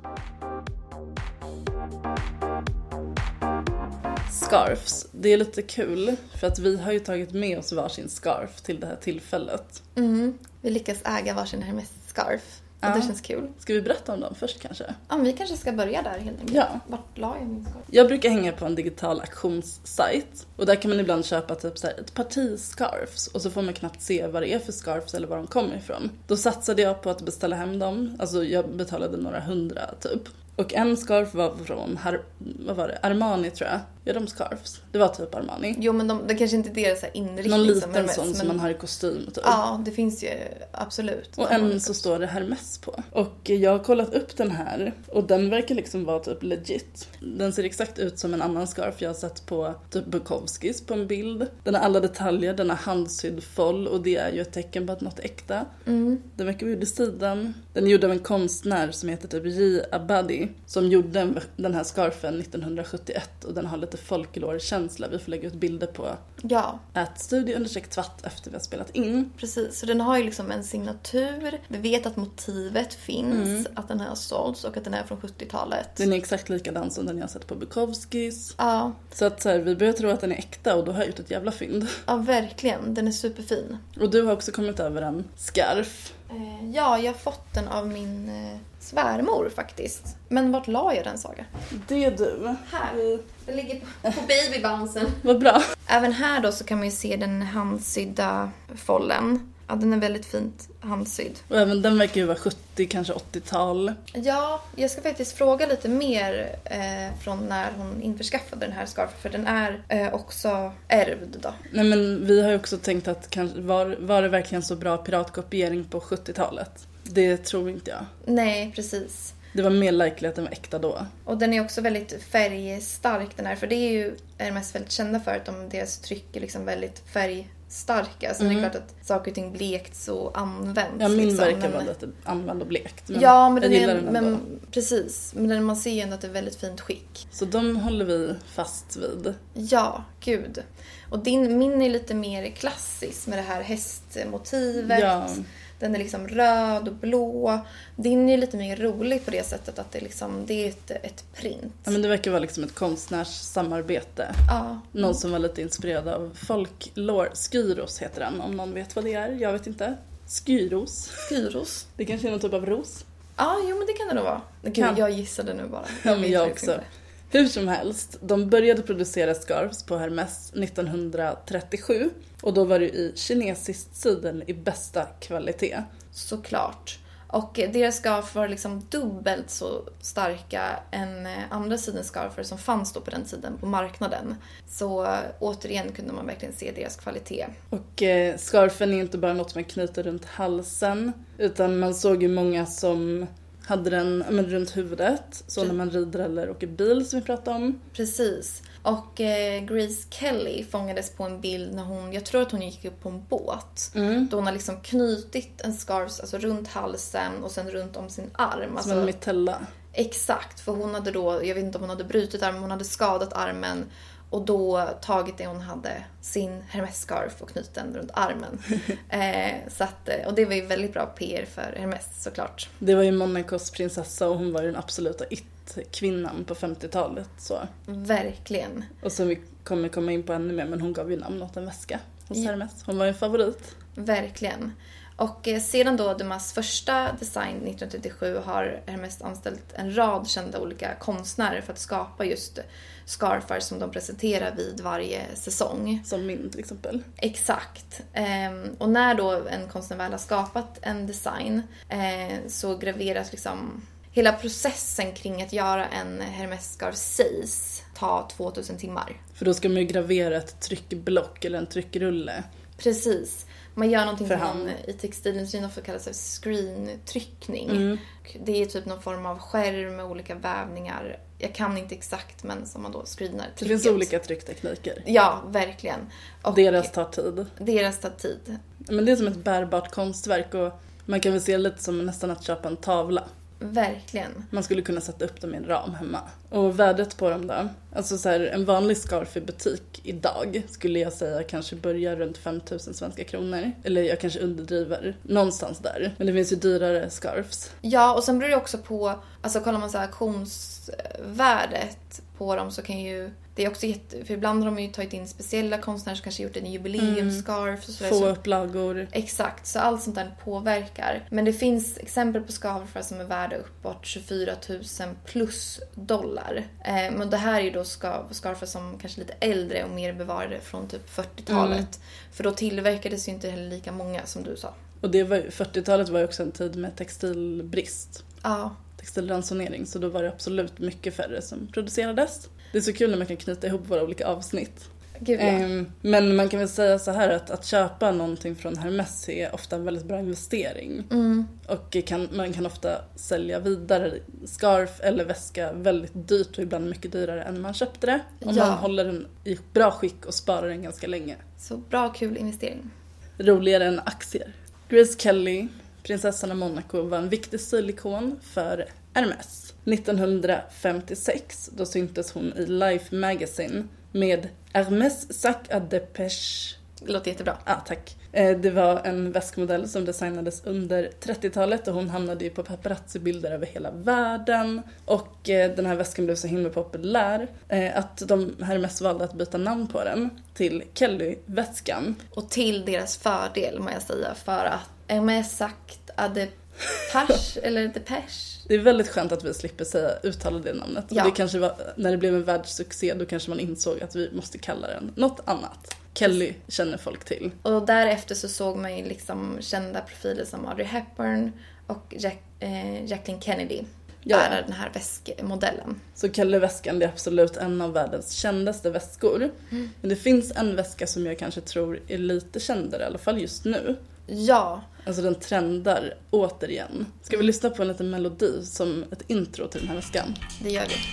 Scarfs, det är lite kul för att vi har ju tagit med oss varsin scarf till det här tillfället. Vi lyckas äga varsin Hermès-scarf. Och det känns kul. Ska vi berätta om dem först kanske? Ja, vi kanske ska börja där helt enkelt. Ja. Vart la jag min scarf? Jag brukar hänga på en digital auktionssajt. Och där kan man ibland köpa typ så här ett parti scarfs. Och så får man knappt se vad det är för scarfs eller var de kommer ifrån. Då satsade jag på att beställa hem dem. Alltså jag betalade några 100 typ. Och en scarf var från Armani tror jag. Ja, de scarfs. Det var typ Armani. Jo, men det kanske inte är deras inriktning. Någon liten sån som man har i kostym typ. Ja, det finns ju absolut. Och en så står det Hermès på. Och jag har kollat upp den här. Och den verkar liksom vara typ legit. Den ser exakt ut som en annan scarf jag har sett på typ Bukowskis på en bild. Den har alla detaljer, den har handsydd foll. Och det är ju ett tecken på att något är äkta. Den verkar vara gjord i sidan. Den är gjord av en konstnär som heter typ J. Abadi. Bukowski som gjorde den här scarfen 1971 och den har lite folklore-känsla. Vi får lägga ut bilder på @studio_tvatt efter vi har spelat in. Precis, så den har ju liksom en signatur. Vi vet att motivet finns, att den här har sålts och att den är från 70-talet. Den är exakt likadan som den jag har sett på Bukowskis. Ja. Så att så här, vi börjar tro att den är äkta och då har jag gjort ett jävla fynd. Ja, verkligen. Den är superfin. Och du har också kommit över en scarf. Ja, jag har fått den av min svärmor faktiskt. Men vart la jag den, Saga? Det är du. Här. Den ligger på babybouncen. Vad bra. Även här då så kan man ju se den handsydda follen. Ja, den är väldigt fint handsydd. Och även den verkar ju vara 70, kanske 80-tal. Ja, jag ska faktiskt fråga lite mer från när hon införskaffade den här scarfen. För den är också ärvd då. Nej, men vi har ju också tänkt att kanske, var det verkligen så bra piratkopiering på 70-talet? Det tror inte jag. Nej, precis. Det var mer likely att den var äkta då. Och den är också väldigt färgstark den här. För det är ju mest väldigt kända för att deras tryck är liksom väldigt färgstarka. Så det är klart att saker och ting blekts och används. Ja, min liksom. verkar vara lite använd och blekt. Men ja, men jag den gillar är, den ändå. precis. Men man ser ju ändå att det är väldigt fint skick. Så de håller vi fast vid. Ja, gud. Och min är lite mer klassisk med det här hästmotivet. Ja. Den är liksom röd och blå. Din är lite mer rolig på det sättet att det är ett print. Ja, men det verkar vara liksom ett konstnärssamarbete. Ja. Någon som var lite inspirerad av folklore. Skyros heter den, om någon vet vad det är. Jag vet inte. Skyros. Det kanske är någon typ av ros. Ja, jo men det kan det nog vara. Gud, jag gissade nu bara. Ja, men jag också. Hur som helst, de började producera scarves på Hermes 1937 och då var det i kinesiskt siden i bästa kvalitet. Såklart. Och deras scarf var liksom dubbelt så starka än andra sidens scarfer som fanns då på den tiden på marknaden. Så återigen kunde man verkligen se deras kvalitet. Och scarfen är inte bara något man knyter runt halsen utan man såg ju många som hade den runt huvudet, så när man rider eller åker bil som vi pratade om. Precis. Och Grace Kelly fångades på en bild när jag tror att hon gick upp på en båt. Då hon har liksom knutit en scarf alltså runt halsen och sen runt om sin arm. Som en mitella. Exakt, för hon hade då, jag vet inte om hon hade brutit armen, hon hade skadat armen. Och då tagit det hon hade, sin Hermes-scarf och knutit den runt armen. Och det var ju väldigt bra PR för Hermes såklart. Det var ju Monacos prinsessa och hon var ju den absoluta it-kvinnan på 50-talet. Så. Verkligen. Och som vi kommer komma in på ännu mer, men hon gav ju namn åt en väska hos Hermes. Hon var ju en favorit. Verkligen. Och sedan då Dumas första design 1937 har Hermes anställt en rad kända olika konstnärer för att skapa just scarfar som de presenterar vid varje säsong. Som min till exempel. Exakt. Och när då en konstnär väl har skapat en design så graveras liksom hela processen kring att göra en Hermes-scarf sägs ta 2000 timmar. För då ska man ju gravera ett tryckblock eller en tryckrulle. Precis. Man gör någonting som i textilindustrin ofta kallas för screentryckning. Det är typ någon form av skärm med olika vävningar. Jag kan inte exakt, men som man då screenar trycket. Det finns olika trycktekniker. Ja, verkligen. Och deras tar tid. Men det är som ett bärbart konstverk och man kan väl se lite som nästan att köpa en tavla. Verkligen. Man skulle kunna sätta upp dem i en ram hemma. Och värdet på dem då? Alltså så här, en vanlig scarf i butik idag skulle jag säga kanske börjar runt 5000 svenska kronor. Eller jag kanske underdriver någonstans där. Men det finns ju dyrare scarfs. Ja, och sen beror det också på, alltså kollar man så här auktionsvärdet på dem så kan ju, det är också för ibland har de ju tagit in speciella konstnärer som kanske gjort en jubileumscarf. Få upplagor. Exakt, så allt sånt där påverkar. Men det finns exempel på scarfar som är värda uppåt 24 000 plus dollar. Men det här är ju då scarfar som kanske är lite äldre och mer bevarade från typ 40-talet. För då tillverkades ju inte heller lika många som du sa. Och 40-talet var ju också en tid med textilbrist. Ja. Textilransonering, så då var det absolut mycket färre som producerades. Det är så kul när man kan knyta ihop våra olika avsnitt. Gud, ja. Men man kan väl säga så här att köpa någonting från Hermes är ofta en väldigt bra investering. Och man kan ofta sälja vidare scarf eller väska väldigt dyrt och ibland mycket dyrare än man köpte det. Om man håller den i bra skick och sparar den ganska länge. Så bra, kul investering. Roligare än aktier. Grace Kelly, prinsessan av Monaco, var en viktig stilikon för Hermes. 1956 då syntes hon i Life Magazine med Hermès Sac à Dépêche. Det låter jättebra. Ja, tack. Det var en väskmodell som designades under 30-talet och hon hamnade ju på paparazzi-bilder över hela världen. Och den här väskan blev så himla populär att de Hermès valde att byta namn på den till Kelly-väskan. Och till deras fördel, må jag säga, för att Hermès Sac à Dépêche eller Dépêche. Det är väldigt skönt att vi slipper uttala det namnet. Ja. Och det kanske var, när det blev en världssuccé, då kanske man insåg att vi måste kalla den något annat. Kelly känner folk till. Och därefter så såg man ju liksom kända profiler som Audrey Hepburn och Jacqueline Kennedy bära den här väskmodellen. Så Kelly-väskan är absolut en av världens kändaste väskor. Men det finns en väska som jag kanske tror är lite kändare, i alla fall just nu. Ja. Alltså den trendar återigen. Ska vi lyssna på en liten melodi som ett intro till den här väskan? Det gör vi.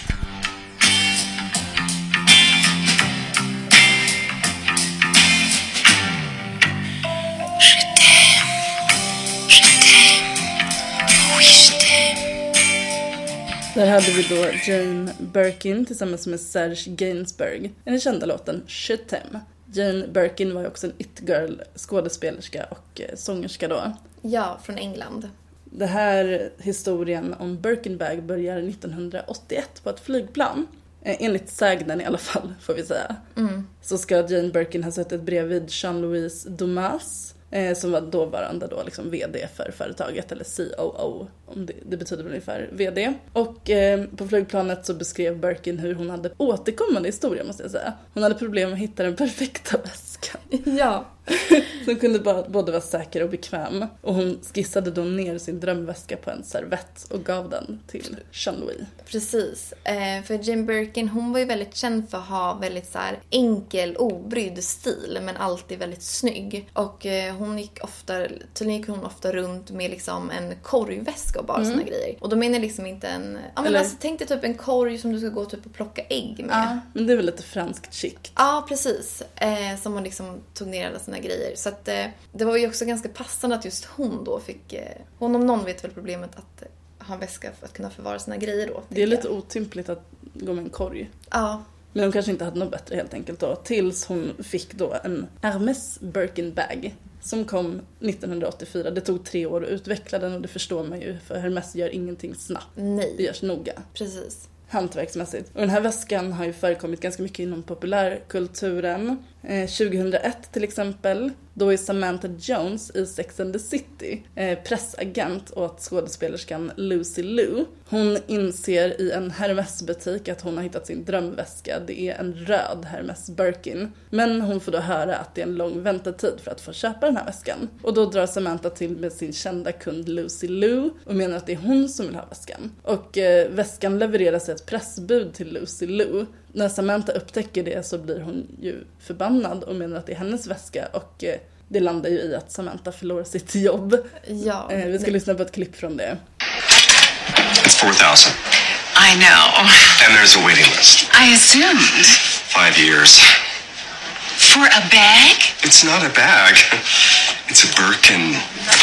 Där hade vi då Jane Birkin tillsammans med Serge Gainsbourg. Den kända låten Je t'aime. Jane Birkin var ju också en it-girl, skådespelerska och sångerska då. Ja, från England. Det här historien om Birkin-bag börjar 1981 på ett flygplan. Enligt sägnen i alla fall, får vi säga. Så ska Jane Birkin ha sett ett brev vid Jean-Louis Dumas, som var dåvarande då liksom vd för företaget, eller COO, om det betyder väl ungefär vd. Och på flygplanet så beskrev Birkin hur hon hade återkommande historia, måste jag säga. Hon hade problem med att hitta den perfekta väskan. Ja. Som kunde både vara säker och bekväm. Och hon skissade då ner sin drömväska på en servett och gav den till Jean-Louis. Precis. För Jane Birkin, hon var ju väldigt känd för att ha väldigt så här enkel, obrydd stil, men alltid väldigt snygg. Och hon gick ofta runt med liksom en korgväska och bara såna grejer. Och då menar jag liksom inte en... Ja, men alltså, tänk dig typ en korg som du ska gå typ och plocka ägg med. Ja, men det är väl lite franskt chict. Ja, precis. Som hon liksom tog ner alla sina grejer. Så att det var ju också ganska passande att just hon då fick... hon om någon vet väl problemet att ha en väska för att kunna förvara sina grejer då. Det är lite otympligt att gå med en korg. Ja. Men hon kanske inte hade något bättre helt enkelt då. Tills hon fick då en Hermès Birkin bag som kom 1984. Det tog 3 år att utveckla den, och det förstår man ju. För Hermès gör ingenting snabbt. Nej. Det görs noga. Precis. Hantverksmässigt. Och den här väskan har ju förekommit ganska mycket inom populärkulturen. 2001 till exempel, då är Samantha Jones i Sex and the City pressagent åt skådespelerskan Lucy Liu. Hon inser i en Hermès-butik att hon har hittat sin drömväska. Det är en röd Hermès Birkin. Men hon får då höra att det är en lång väntetid för att få köpa den här väskan. Och då drar Samantha till med sin kända kund Lucy Liu och menar att det är hon som vill ha väskan. Och väskan levereras i ett pressbud till Lucy Liu. När Samantha upptäcker det så blir hon ju förbannad och menar att det är hennes väska, och det landar ju i att Samantha förlorar sitt jobb. Ja. Vi ska lyssna på ett klipp från det. It's 4,000. I know. And there's a waiting list. I assumed. 5 years. For a bag? It's not a bag. It's a Birkin.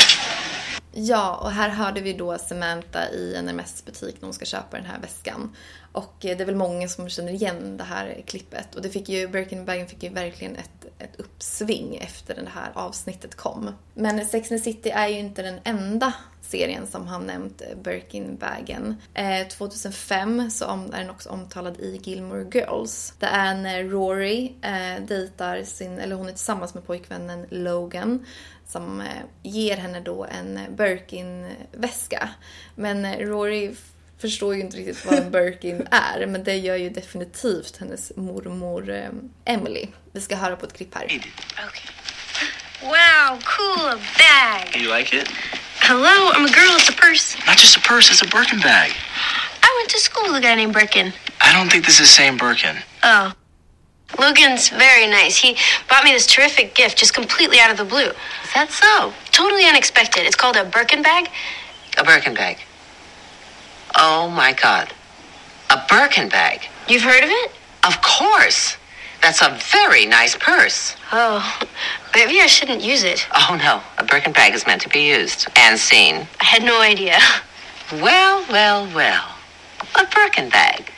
Ja, och här hörde vi då Samantha i en Hermès-butik när hon ska köpa den här väskan. Och det är väl många som känner igen det här klippet. Och det fick ju, Birkin-bagen fick ju verkligen ett uppsving efter det här avsnittet kom. Men Sex and the City är ju inte den enda serien som har nämnt Birkin-bagen. 2005 så är den också omtalad i Gilmore Girls. Det är när Rory dejtar hon är tillsammans med pojkvännen Logan, som ger henne då en Birkin-väska. Men Rory förstår ju inte riktigt vad en Birkin är, men det gör ju definitivt hennes mormor Emily. Vi ska höra på ett klipp här. Okay. Wow, cool, a bag. You like it? Hello, I'm a girl, it's a purse. Not just a purse, it's a Birkin bag. I went to school with a guy named Birkin. I don't think this is the same Birkin. Oh. Logan's very nice. He bought me this terrific gift just completely out of the blue. Is that so? Totally unexpected. It's called a Birkin bag. A Birkin bag. Oh my God. A Birkin bag. You've heard of it? Of course. That's a very nice purse. Oh, maybe I shouldn't use it. Oh no, a Birkin bag is meant to be used and seen. I had no idea. Well, well, well. A Birkin bag.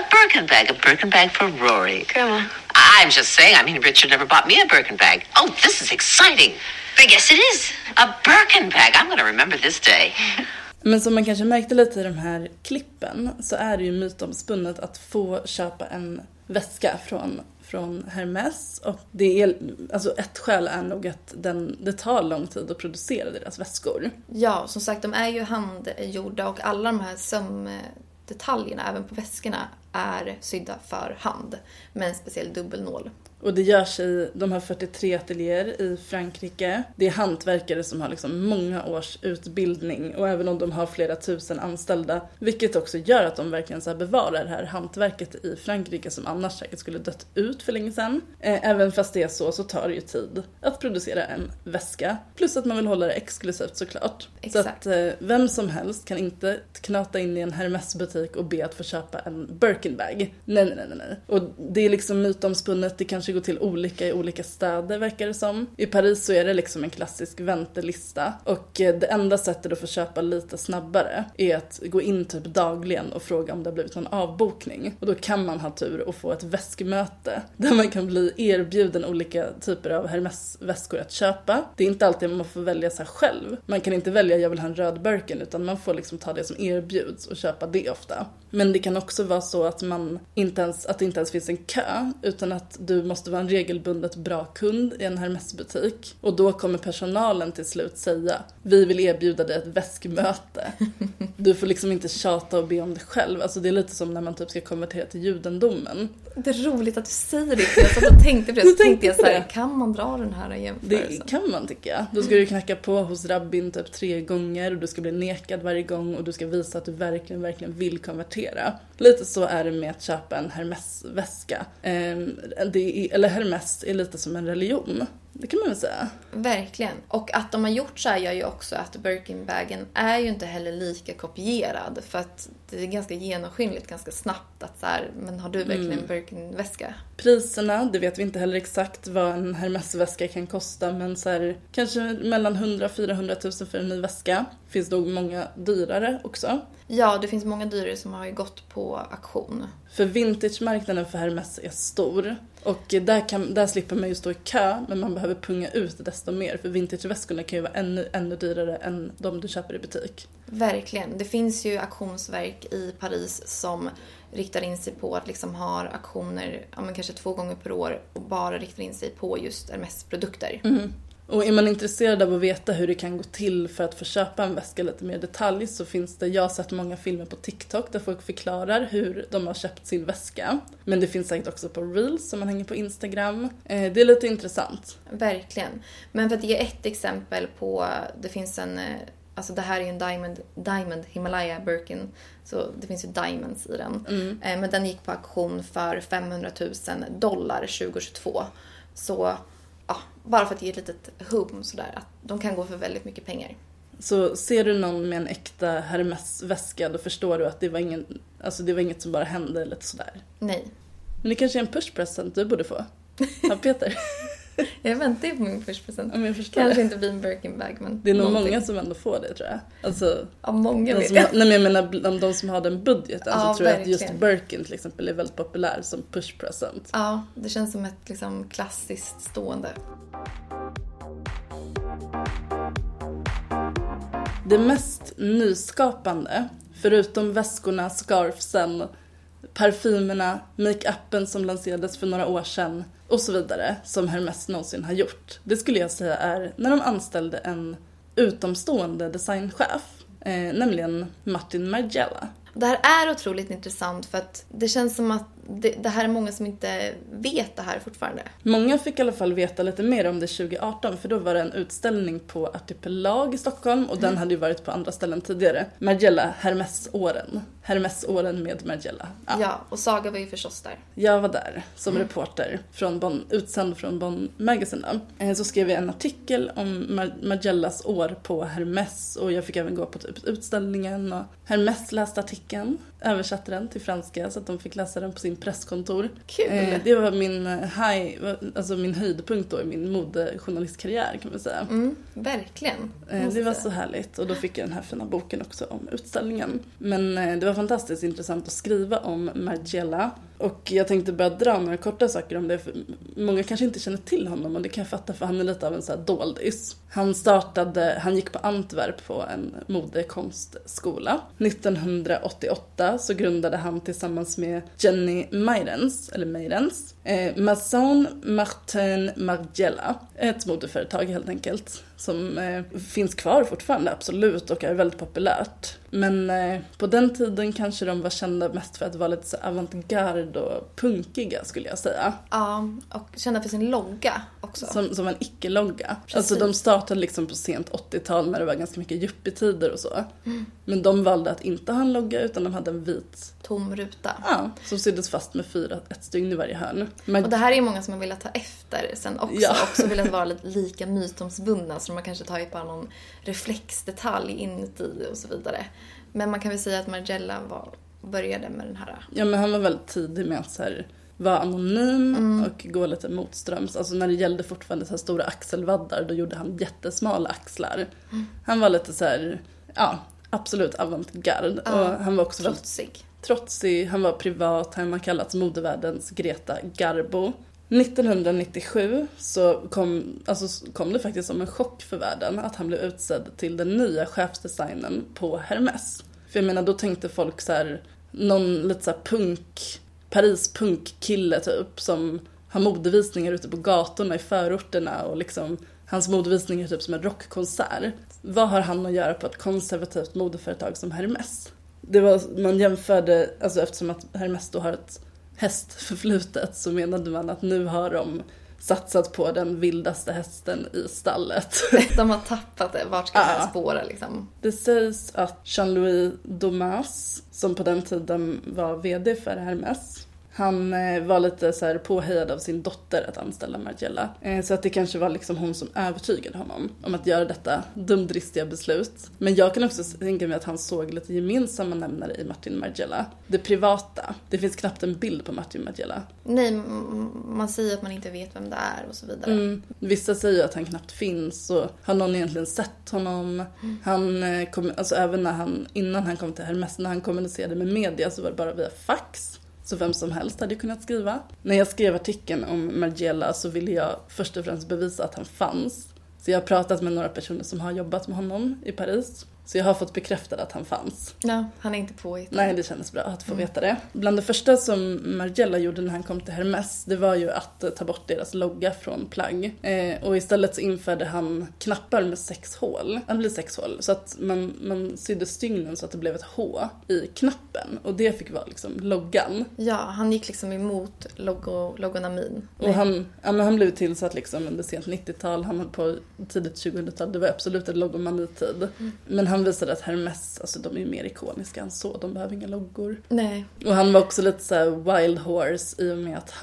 A Birkin bag for Rory. Grandma. I'm just saying, Richard never bought me a Birkin bag. Oh, this is exciting. I guess it is. A Birkin bag. I'm going to remember this day. Men som man kanske märkte lite i de här klippen så är det ju mytomspunnet att få köpa en väska från Hermès. Och det är, alltså ett skäl är nog att det tar lång tid att producera deras väskor. Ja, som sagt, de är ju handgjorda och alla de här sömdetaljerna även på väskorna är sydda för hand med en speciell dubbelnål. Och det görs i de här 43 ateljéer i Frankrike. Det är hantverkare som har liksom många års utbildning. Och även om de har flera tusen anställda. Vilket också gör att de verkligen så här bevarar det här hantverket i Frankrike. Som annars säkert skulle dött ut för länge sedan. Även fast det är så tar det ju tid att producera en väska. Plus att man vill hålla det exklusivt såklart. Exakt. Så att vem som helst kan inte knata in i en Hermès-butik och be att få köpa en Birkin bag. Nej. Och det är liksom mytomspunnet. Det kanske går till olika i olika städer verkar det som. I Paris så är det liksom en klassisk väntelista. Och det enda sättet att få köpa lite snabbare är att gå in typ dagligen och fråga om det har blivit någon avbokning. Och då kan man ha tur och få ett väskmöte där man kan bli erbjuden olika typer av Hermès-väskor att köpa. Det är inte alltid man får välja sig själv. Man kan inte välja jag vill ha en röd Birkin utan man får liksom ta det som erbjuds och köpa det ofta. Men det kan också vara så att det inte ens finns en kö utan att du måste vara en regelbundet bra kund i en Hermès-butik. Och då kommer personalen till slut säga vi vill erbjuda dig ett väskmöte. Du får liksom inte tjata och be om det själv. Alltså det är lite som när man typ ska konvertera till judendomen. Det är roligt att du säger det. Jag satt och tänkte på det. Så tänkte jag så här, kan man dra den här jämförelsen? Det kan man tycka. Då ska du knacka på hos rabbin typ 3 gånger. Och du ska bli nekad varje gång. Och du ska visa att du verkligen vill konvertera. Lite så är det med att köpa en Hermès-väska. Eller Hermès är lite som en religion. Det kan man väl säga. Verkligen. Och att de har gjort så här gör ju också att Birkin-bagen är ju inte heller lika kopierad. För att det är ganska genomskinligt, ganska snabbt att så här, men har du verkligen en Birkin-väska? Priserna, det vet vi inte heller exakt vad en Hermès-väska kan kosta. Men så här, kanske mellan 100-400 000 för en ny väska. Finns nog många dyrare också. Ja, det finns många dyrare som har ju gått på auktion. För vintage-marknaden för Hermès är stor. Och där slipper man ju stå i kö, men man behöver punga ut desto mer. För vintageväskorna kan ju vara ännu dyrare än de du köper i butik. Verkligen. Det finns ju auktionsverk i Paris som riktar in sig på att liksom ha auktioner kanske 2 gånger per år och bara riktar in sig på just Hermès-produkter. Mm. Och är man intresserad av att veta hur det kan gå till för att få köpa en väska lite mer detalj så finns det, jag har sett många filmer på TikTok där folk förklarar hur de har köpt sin väska. Men det finns säkert också på Reels som man hänger på Instagram. Det är lite intressant. Verkligen. Men för att ge ett exempel på, det finns en, alltså det här är en Diamond Himalaya Birkin. Så det finns ju diamonds i den. Men den gick på auktion för $500,000 2022. Så ja, bara för att ge ett litet hum sådär, att de kan gå för väldigt mycket pengar. Så ser du någon med en äkta Hermès-väska, då förstår du att det var inget som bara hände lite sådär. Nej. Men det kanske är en push-present du borde få. Ja, Peter. Jag väntar ju på min push-present. Ja, kanske inte blir en Birkin-bag, men det är nog många som ändå får det, tror jag. Alltså, ja, många vet jag. Nej, men jag menar, de som har den budgeten, ja, så tror jag att just Birkin till exempel är väldigt populär som push-present. Ja, det känns som ett liksom klassiskt stående. Det mest nyskapande, förutom väskorna, scarfsen, parfymerna, make-upen som lanserades för några år sedan och så vidare, som Hermès någonsin har gjort. Det skulle jag säga är när de anställde en utomstående designchef, nämligen Martin Margiela. Det här är otroligt intressant för att det känns som att det här är många som inte vet det här fortfarande. Många fick i alla fall veta lite mer om det 2018, för då var det en utställning på Artipelag i Stockholm och den hade ju varit på andra ställen tidigare. Margiela, Hermès-åren med Margiela. Ja, och Saga var ju förstås där. Jag var där som reporter från Bonn, utsänd från Bonn Magazine. Så skrev jag en artikel om Margielas år på Hermès och jag fick även gå på typ utställningen. Och Hermès läste artikeln, översatte den till franska så att de fick läsa den på sin presskontor. Kul! Det var min höjdpunkt då i min modejournalistkarriär kan man säga. Verkligen. Det var så härligt och då fick jag den här fina boken också om utställningen. Men det var fantastiskt intressant att skriva om Margiela. Och jag tänkte bara dra några korta saker om det. För många kanske inte känner till honom och det kan jag fatta för han är lite av en så här doldis. Han gick på Antwerp på en modekonstskola. 1988 så grundade han tillsammans med Jenny Meirens Maison Martin Margiela. Ett modeföretag helt enkelt. Som finns kvar fortfarande, absolut, och är väldigt populärt. Men på den tiden kanske de var kända mest för att vara lite så avantgarde och punkiga skulle jag säga. Ja, och kända för sin logga också. Som en icke-logga. Alltså de startade liksom på sent 80-tal när det var ganska mycket yuppie-tider och så. Men de valde att inte ha en logga utan de hade en vit tom ruta. Ja, som syddes fast med ett stygn i varje hörn. Och det här är många som har velat ta efter sen också. Ja. Också velat vara lika mytomsbundna så man kanske tagit bara någon reflexdetalj inuti och så vidare. Men man kan väl säga att Margiela började med den här. Ja, men han var väldigt tidig med att så här, vara anonym och gå lite motströms. Alltså när det gällde fortfarande så här stora axelvaddar, då gjorde han jättesmala axlar. Han var lite så här, ja, absolut avantgarde. Och han var också trotsig. Han var privat, han har kallats modevärldens Greta Garbo. 1997 så kom det faktiskt som en chock för världen att han blev utsedd till den nya chefsdesignen på Hermès. För jag menar, då tänkte folk så här, någon lite så här Paris punkkille typ som har modevisningar ute på gatorna i förorterna och liksom hans modevisningar är typ som en rockkonsert. Vad har han att göra på ett konservativt modeföretag som Hermès? Man jämförde, alltså eftersom att Hermès då har ett hästförflutet så menade man att nu har de satsat på den vildaste hästen i stallet. De har tappat det, vart ska det här spåra liksom? Det sägs att Jean-Louis Domas, som på den tiden var vd för Hermès, han var lite så här påhejad av sin dotter att anställa Margiela. Så att det kanske var liksom hon som övertygade honom om att göra detta dumdristiga beslut. Men jag kan också tänka mig att han såg lite gemensamma nämnare i Martin Margiela. Det privata. Det finns knappt en bild på Martin Margiela. Nej, man säger att man inte vet vem det är och så vidare. Vissa säger att han knappt finns och har någon egentligen sett honom. Han alltså även innan han kom till Hermès, när han kommunicerade med media så var det bara via fax. Så vem som helst hade kunnat skriva. När jag skrev artikeln om Margiela så ville jag först och främst bevisa att han fanns. Så jag har pratat med några personer som har jobbat med honom i Paris. Så jag har fått bekräftat att han fanns. Ja, han är inte påhittad. Nej, det kändes bra att få veta det. Bland det första som Margiela gjorde när han kom till Hermès, det var ju att ta bort deras logga från plagg. Och istället så införde han knappar med 6 hål. Det blir 6 hål. Så att man sydde stygnen så att det blev ett H i knappen. Och det fick vara liksom loggan. Ja, han gick liksom emot logonomin. Och han blev tillsatt liksom under sent 90-tal. Han höll på tidigt 2000-tal. Det var absolut en logomanitid. Men han visade att Hermès, alltså de är ju mer ikoniska än så. De behöver inga loggor. Nej. Och han var också lite så här wild horse i och med att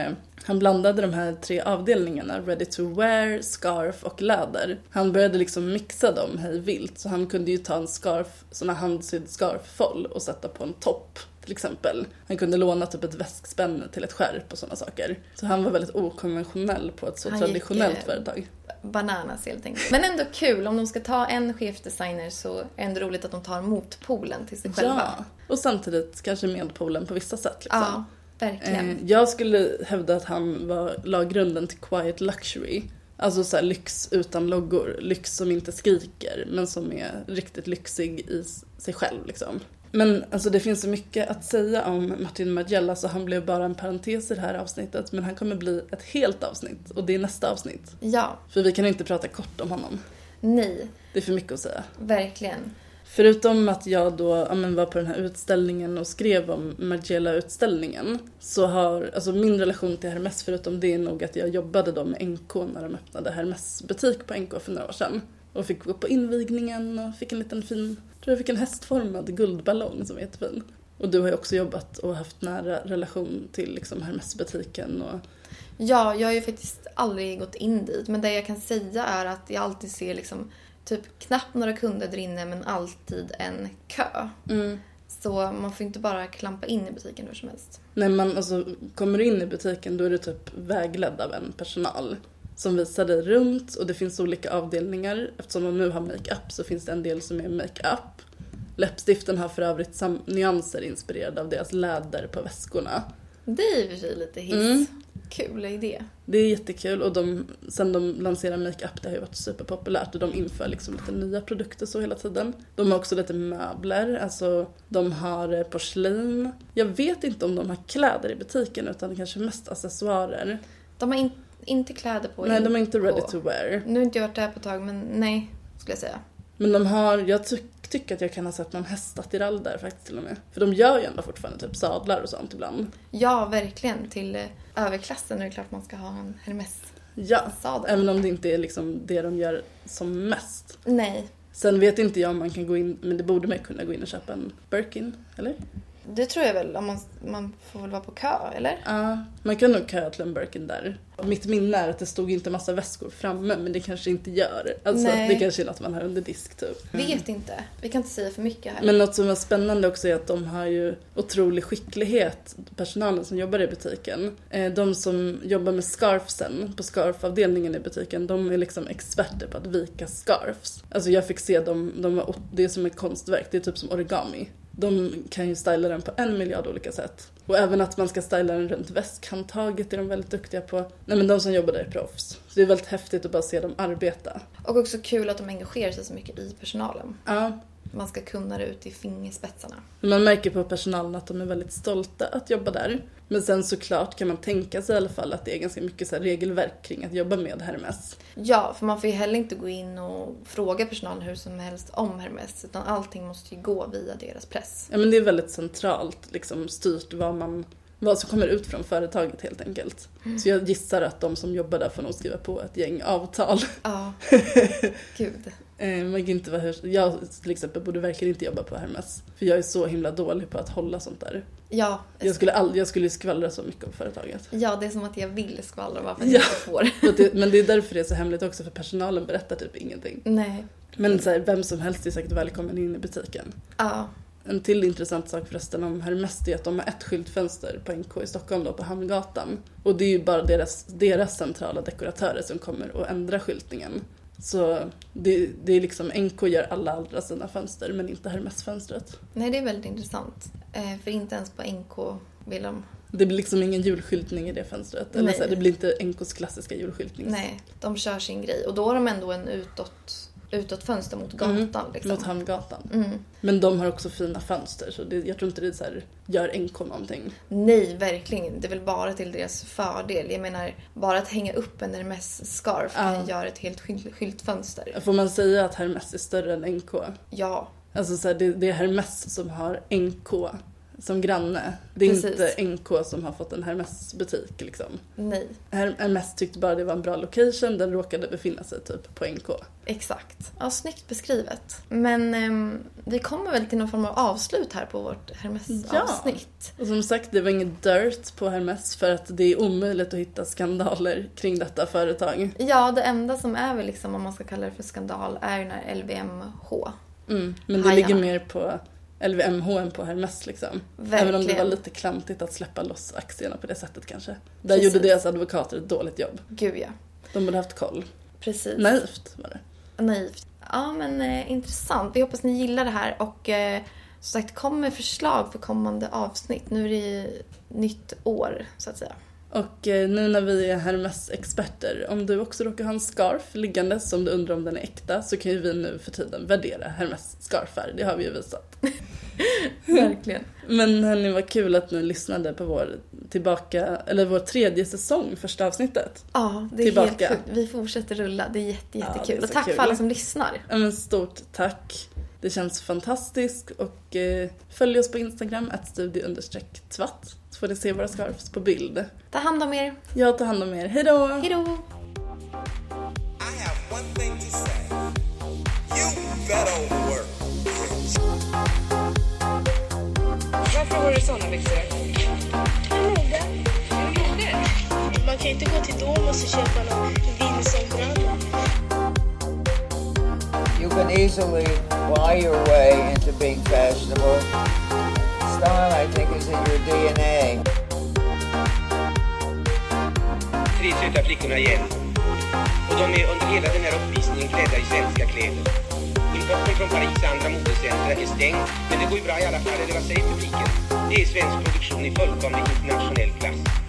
han blandade de här 3 avdelningarna. Ready to wear, scarf och läder. Han började liksom mixa dem hej vilt. Så han kunde ju ta en sån här handsydd scarf-foll och sätta på en topp. Till exempel. Han kunde låna typ ett väskspänne till ett skärp och sådana saker. Så han var väldigt okonventionell på ett så traditionellt företag. Bananas helt enkelt. Men ändå kul, om de ska ta en chefdesigner så är det ändå roligt att de tar motpolen till sig själva. Ja, och samtidigt kanske medpolen på vissa sätt. Liksom. Ja, verkligen. Jag skulle hävda att han la grunden till quiet luxury. Alltså så här lyx utan loggor. Lyx som inte skriker, men som är riktigt lyxig i sig själv liksom. Men alltså det finns så mycket att säga om Martin Margiela så han blev bara en parentes i det här avsnittet. Men han kommer bli ett helt avsnitt och det är nästa avsnitt. Ja. För vi kan inte prata kort om honom. Nej. Det är för mycket att säga. Verkligen. Förutom att jag då var på den här utställningen och skrev om Margiela-utställningen så har alltså min relation till Hermès förutom det är nog att jag jobbade då med NK när de öppnade Hermès butik på NK för några år sedan. Och fick gå på invigningen och fick en liten fin, tror jag fick en hästformad guldballong som är jättefin. Och du har ju också jobbat och haft nära relation till liksom Hermès-butiken och... Ja, jag har ju faktiskt aldrig gått in dit. Men det jag kan säga är att jag alltid ser liksom typ knappt några kunder där inne men alltid en kö. Så man får inte bara klampa in i butiken hur som helst. Nej, man alltså, kommer du in i butiken då är du typ vägledd av en personal som visar dig runt, och det finns olika avdelningar. Eftersom de nu har make-up så finns det en del som är make-up. Läppstiften har för övrigt nyanser inspirerade av deras läder på väskorna. Det är i och för sig lite hiss. Kul idé. Det är jättekul, och sen de lanserar make-up, det har ju varit superpopulärt, och de inför liksom lite nya produkter så hela tiden. De har också lite möbler, alltså de har porslin. Jag vet inte om de har kläder i butiken utan kanske mest accessoarer. De har inte kläder på. Nej, de är inte ready to wear. Nu har inte jag varit där på ett tag, men nej, skulle jag säga. Men de har, jag tycker att jag kan ha sett någon hästattirall där faktiskt till och med. För de gör ju ändå fortfarande typ sadlar och sånt ibland. Ja, verkligen. Till överklassen är det klart man ska ha en Hermes-sadel. Ja, även om det inte är liksom det de gör som mest. Nej. Sen vet inte jag om man kan gå in, men det borde man kunna gå in och köpa en Birkin, eller? Det tror jag väl, om man får väl vara på kö, eller? Ja, man kan nog köa till en Birkin där. Mitt minne är att det stod inte massa väskor framme, men det kanske inte gör. Alltså, det kanske är något man har under disk typ. Vet inte, vi kan inte säga för mycket här. Men något som var spännande också är att de har ju otrolig skicklighet, personalen som jobbar i butiken. De som jobbar med scarfsen på scarfavdelningen i butiken, de är liksom experter på att vika scarfs. Alltså jag fick se dem, det är som ett konstverk, det är typ som origami. De kan ju styla den på 1 miljard olika sätt. Och även att man ska styla den runt väskhandtaget är de väldigt duktiga på. Nej, men de som jobbar där är proffs. Så det är väldigt häftigt att bara se dem arbeta. Och också kul att de engagerar sig så mycket i personalen. Ja. Man ska kunna det ut i fingerspetsarna. Man märker på personalen att de är väldigt stolta att jobba där. Men sen såklart kan man tänka sig i alla fall att det är ganska mycket så här regelverk kring att jobba med Hermes. Ja, för man får ju heller inte gå in och fråga personalen hur som helst om Hermes. Utan allting måste ju gå via deras press. Ja, men det är väldigt centralt liksom, styrt vad som kommer ut från företaget helt enkelt. Så jag gissar att de som jobbar där får nog skriva på ett gäng avtal. Ja, gud. Man kan inte vara jag till exempel borde verkligen inte jobba på Hermes. För jag är så himla dålig på att hålla sånt där. Ja. Jag skulle skvallra så mycket om företaget. Ja, det är som att jag vill skvallra varför jag inte får. Men det är därför det är så hemligt också, för personalen berättar typ ingenting. Nej. Men så här, vem som helst är säkert välkommen in i butiken. Ja. En till intressant sak förresten om Hermes är att de har ett skyltfönster på NK i Stockholm då, på Hamngatan. Och det är ju bara deras centrala dekoratörer som kommer och ändrar skyltningen. Så det är liksom NK gör alla andra sina fönster men inte Hermes-fönstret. Nej, det är väldigt intressant. För inte ens på NK vill de... Det blir liksom ingen julskyltning i det fönstret. Eller så här, det blir inte NKs klassiska julskyltning. Nej, de kör sin grej. Och då har de ändå en utåt fönster mot gatan. Liksom. Mot Hamngatan. Men de har också fina fönster. Så jag tror inte det så här, gör NK någonting. Nej, verkligen. Det är väl bara till deras fördel. Jag menar, bara att hänga upp en Hermes-scarf kan göra ett helt skyltfönster. Får man säga att Hermes är större än NK? Ja. Alltså så här, det är Hermes som har NK som granne. Det är inte NK som har fått en Hermes-butik liksom. Nej. Hermes tyckte bara det var en bra location. Den råkade befinna sig typ på NK. Exakt. Ja, snyggt beskrivet. Men vi kommer väl till någon form av avslut här på vårt Hermes-avsnitt. Och som sagt, det var inget dirt på Hermes för att det är omöjligt att hitta skandaler kring detta företag. Ja, det enda som är väl liksom, om man ska kalla det för skandal, är den här LVMH. Men det ligger mer på LVMH än på Hermes liksom. Verkligen. Även om det var lite klantigt att släppa loss aktierna på det sättet kanske. Där gjorde deras advokater ett dåligt jobb. Gud ja. De borde haft koll. Precis. Naivt var det. Naivt. Ja, men intressant. Vi hoppas ni gillar det här och som sagt, kom med förslag för kommande avsnitt. Nu är det nytt år så att säga. Och nu när vi är Hermes-experter, om du också råkar ha en scarf liggande som du undrar om den är äkta, så kan ju vi nu för tiden värdera Hermes-scarfar. Det har vi ju visat. Verkligen. Men hörni, vad kul att ni lyssnade på vår tredje säsong, första avsnittet. Ja, det är helt sjukt. Vi fortsätter rulla. Det är jättekul. Ja, och tack för alla som lyssnar. Ja, men stort tack. Det känns fantastiskt. Och följ oss på Instagram @studio_tvatt. Så får ni se våra scarfs på bild. Ta hand om er. Ja, ta hand om er. Hej då! Hej då! I have one thing to say. You better work. Varför var det såna byxor? Man kan inte gå till Domus och köpa någon vindsombralla. You can easily buy your way into being fashionable. Style, I think, is in your DNA. Tre söta flickorna igen. Och de är under hela den här uppvisningen klädda i svenska kläder. Importen från Paris andra modecentra är stängd, men det går ju bra i alla fall, eller vad säger publiken? Det är svensk produktion i fullkomlig internationell klass.